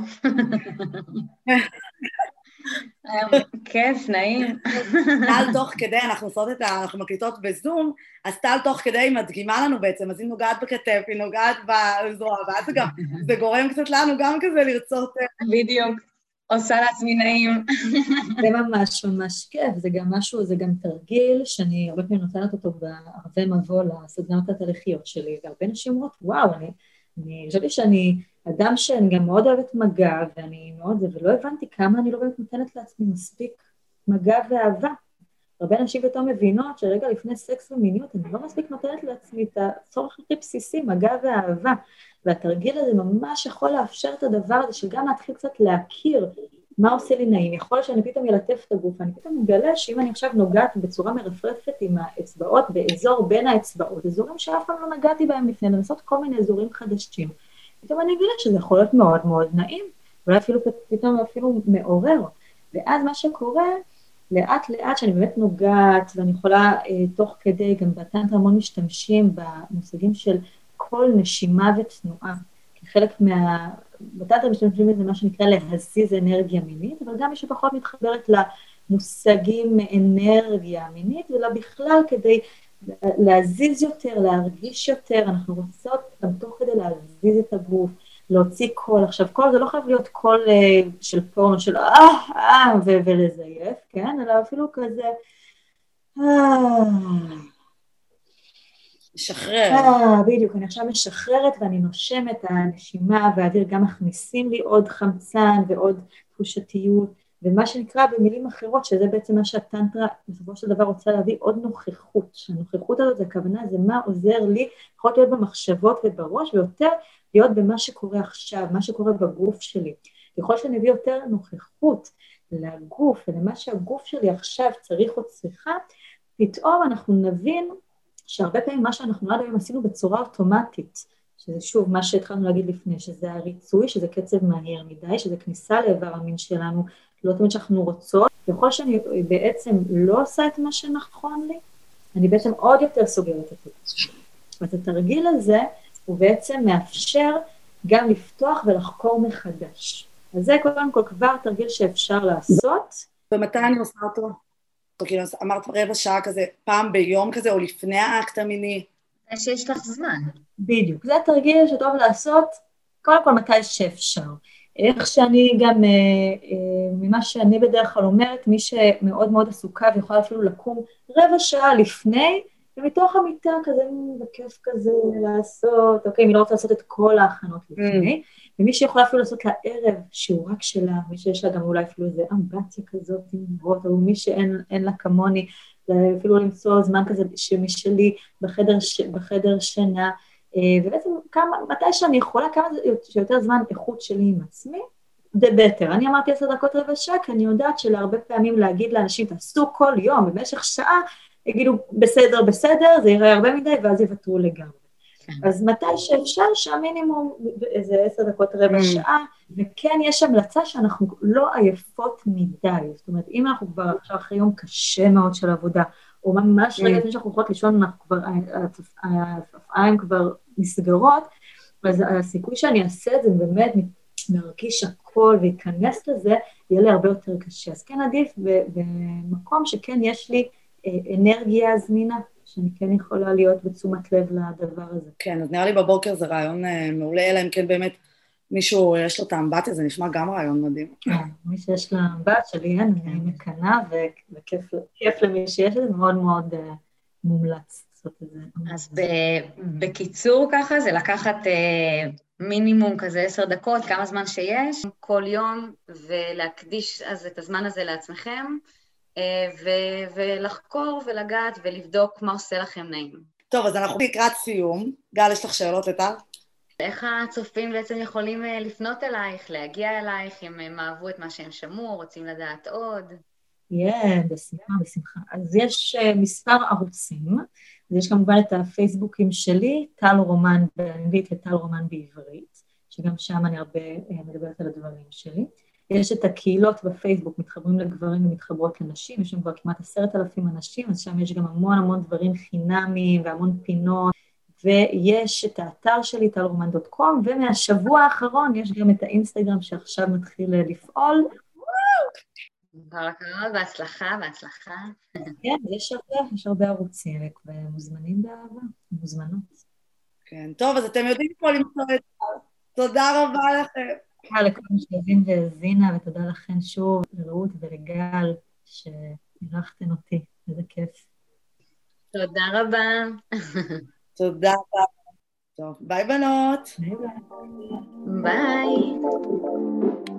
Speaker 5: כיף, נעים.
Speaker 4: טל תוך כדי, אנחנו מקליטות בזום, אז טל תוך כדי מדגימה לנו בעצם, אז היא נוגעת בכתף, היא נוגעת בזרוע, ואז זה גורם קצת לנו גם כזה לרצות.
Speaker 5: בדיוק, עושה לעצמי נעים.
Speaker 1: זה ממש ממש כיף, זה גם משהו, זה גם תרגיל שאני הרבה פעמים נותנת אותו בערבי מבוא לסדנאות התהליכיות שלי, והרבה נשים אומרות, וואו, אני חושבת שאני אדם שאני גם מאוד אוהבת מגע, ואני מאוד זה, ולא הבנתי כמה אני לא באמת נותנת לעצמי מספיק מגע ואהבה. הרבה נשים פתאום מבינות שרגע לפני סקס ומיניות, אני לא מספיק נותנת לעצמי את הצורך הכי בסיסי, מגע ואהבה. והתרגיל הזה ממש יכול לאפשר את הדבר הזה, שגם להתחיל קצת להכיר מה עושה לי נעים. יכול שאני פתאום ילטף את הגוף, אני פתאום מגלה שאם אני עכשיו נוגעת בצורה מרפרפת עם האצבעות, באזור בין האצבעות, אזורים שאף פעם לא נגעתי בהם לפני, לנסות כל מיני אזורים חדשים. פתאום אני אגלה שזה יכול להיות מאוד מאוד נעים, אולי פתאום אפילו מעורר. ואז מה שקורה, לאט לאט שאני באמת נוגעת, ואני יכולה תוך כדי, גם בטנטרה המון משתמשים במושגים של כל נשימה ותנועה, כי חלק בטנטרה משתמשים בזה מה שנקרא להזיז אנרגיה מינית, אבל גם מי שפחות מתחברת למושגים אנרגיה מינית, אלא בכלל כדי להזיז יותר, להרגיש יותר, אנחנו רוצות גם תוך כדי להזיז את הגוף, להוציא קול. עכשיו, קול זה לא חייב להיות קול של פורנו, של ולזייף, כן? אלא אפילו כזה,
Speaker 4: משחרר.
Speaker 1: בדיוק, אני עכשיו משחררת ואני נושמת, הנשימה והאוויר גם מכניסים לי עוד חמצן ועוד תחושתיות, ומה שנקרא במילים אחרות, שזה בעצם מה שהטנטרה בסופו של דבר רוצה להביא, עוד נוכחות. הנוכחות הזאת, הכוונה, זה מה עוזר לי, יכול להיות במחשבות ובראש, ויותר להיות במה שקורה עכשיו, מה שקורה בגוף שלי. ככל שאני אביא יותר נוכחות לגוף, ולמה שהגוף שלי עכשיו צריך או צריכה, פתאום אנחנו נבין שהרבה פעמים מה שאנחנו עד היום עשינו בצורה אוטומטית, שזה שוב מה שהתחלנו להגיד לפני, שזה הריצוי, שזה קצב מהיר מדי, שזה כניסה לעבר המין שלנו, לא תמיד שאנחנו רוצות, וכל שאני בעצם לא עושה את מה שנכון לי, אני בעצם עוד יותר סוגרת את זה. אז התרגיל הזה הוא בעצם מאפשר גם לפתוח ולחקור מחדש. אז זה קודם כל כבר תרגיל שאפשר לעשות.
Speaker 4: ומתי אני עושה אותו? כאילו, אמרת רבע שעה כזה, פעם ביום כזה, או לפני האקט המיני?
Speaker 5: שיש לך זמן.
Speaker 1: בדיוק, זה תרגיל שטוב לעשות, קודם כל מתי שאפשר. איך שאני גם, ממה שאני בדרך כלל אומרת, מי שמאוד מאוד עסוקה ויכולה אפילו לקום רבע שעה לפני, ומתוך המיטה כזה, בכיף כזה לעשות, אוקיי, מי לא רוצה לעשות את כל ההכנות לפני, ומי שיכולה אפילו לעשות לערב שהוא רק שלה, מי שיש לה גם אולי אפילו איזה אמבטיה כזאת עם נרות, או מי שאין לה כמוני, אפילו למצוא זמן כזה שמשלי בחדר שינה, ובעצם מתי שאני יכולה, כמה שיותר זמן איכות שלי עם עצמי, זה better. אני אמרתי 10 דקות רבע שעה, כי אני יודעת שלהרבה פעמים להגיד לאנשים, תעשו כל יום במשך שעה, יגידו בסדר, זה יראה הרבה מדי, ואז יוותרו לגמרי. אז מתי שאפשר, שהמינימום איזה 10 דקות רבע שעה, וכן יש המלצה שאנחנו לא עייפות מדי, זאת אומרת, אם אנחנו כבר עכשיו אחרי יום קשה מאוד של עבודה, או ממש רגע לפני שאנחנו יכולות לישון, האפיים כבר נסגרות, אז הסיכוי שאני אעשה את זה באמת מרגיש הכל ויכנס לזה, יהיה לי הרבה יותר קשה. אז כן עדיף במקום שכן יש לי אנרגיה זמינה, שאני כן יכולה להיות בתשומת לב לדבר הזה.
Speaker 4: כן, אז נראה לי בבוקר זה רעיון מעולה, אלא אם כן באמת מישהו יש לו את האמבטיה, זה נשמע גם רעיון מדהים.
Speaker 1: כן, מי שיש לה אמבט שלי, אני מקנה, וכיף למי שיש את זה, מאוד מאוד מומלץ לעשות את זה.
Speaker 5: אז בקיצור ככה, זה לקחת מינימום כזה 10 דקות, כמה זמן שיש, כל יום, ולהקדיש אז את הזמן הזה לעצמכם, ולחקור ולגעת ולבדוק מה עושה לכם נעים.
Speaker 4: טוב, אז אנחנו לקראת סיום. גל, יש לך שאלות לטל?
Speaker 5: איך הצופים בעצם יכולים לפנות אלייך, להגיע אלייך, אם הם אהבו את מה שהם שמעו, רוצים לדעת עוד?
Speaker 1: בשמחה. אז יש מספר ערוצים, ויש כמובן את הפייסבוקים שלי, טל רומן באנגלית וטל רומן בעברית, שגם שם אני הרבה מדברת על הדברים שלי. יש את הקהילות בפייסבוק, מתחברים לגברים ומתחברות לנשים, יש שם כבר כמעט 10,000 אנשים, אז שם יש גם המון דברים חינמיים והמון פינות, ויש את האתר שלי, talroman.com, ומהשבוע האחרון יש גם את האינסטגרם שעכשיו מתחיל לפעול.
Speaker 5: כל הכבוד, בהצלחה.
Speaker 1: כן, יש הרבה ערוצים, ומוזמנים באהבה, מוזמנות.
Speaker 4: כן, טוב, אז אתם יודעים פה למצוא את זה. תודה רבה לכם.
Speaker 1: תודה לכל מי שהאזין והאזינה, ותודה לכן שוב, לרעות ולגל, שאירחתן אותי, איזה כיף.
Speaker 5: תודה רבה.
Speaker 4: תודה רבה. טוב, ביי בנות.
Speaker 1: ביי.
Speaker 5: ביי.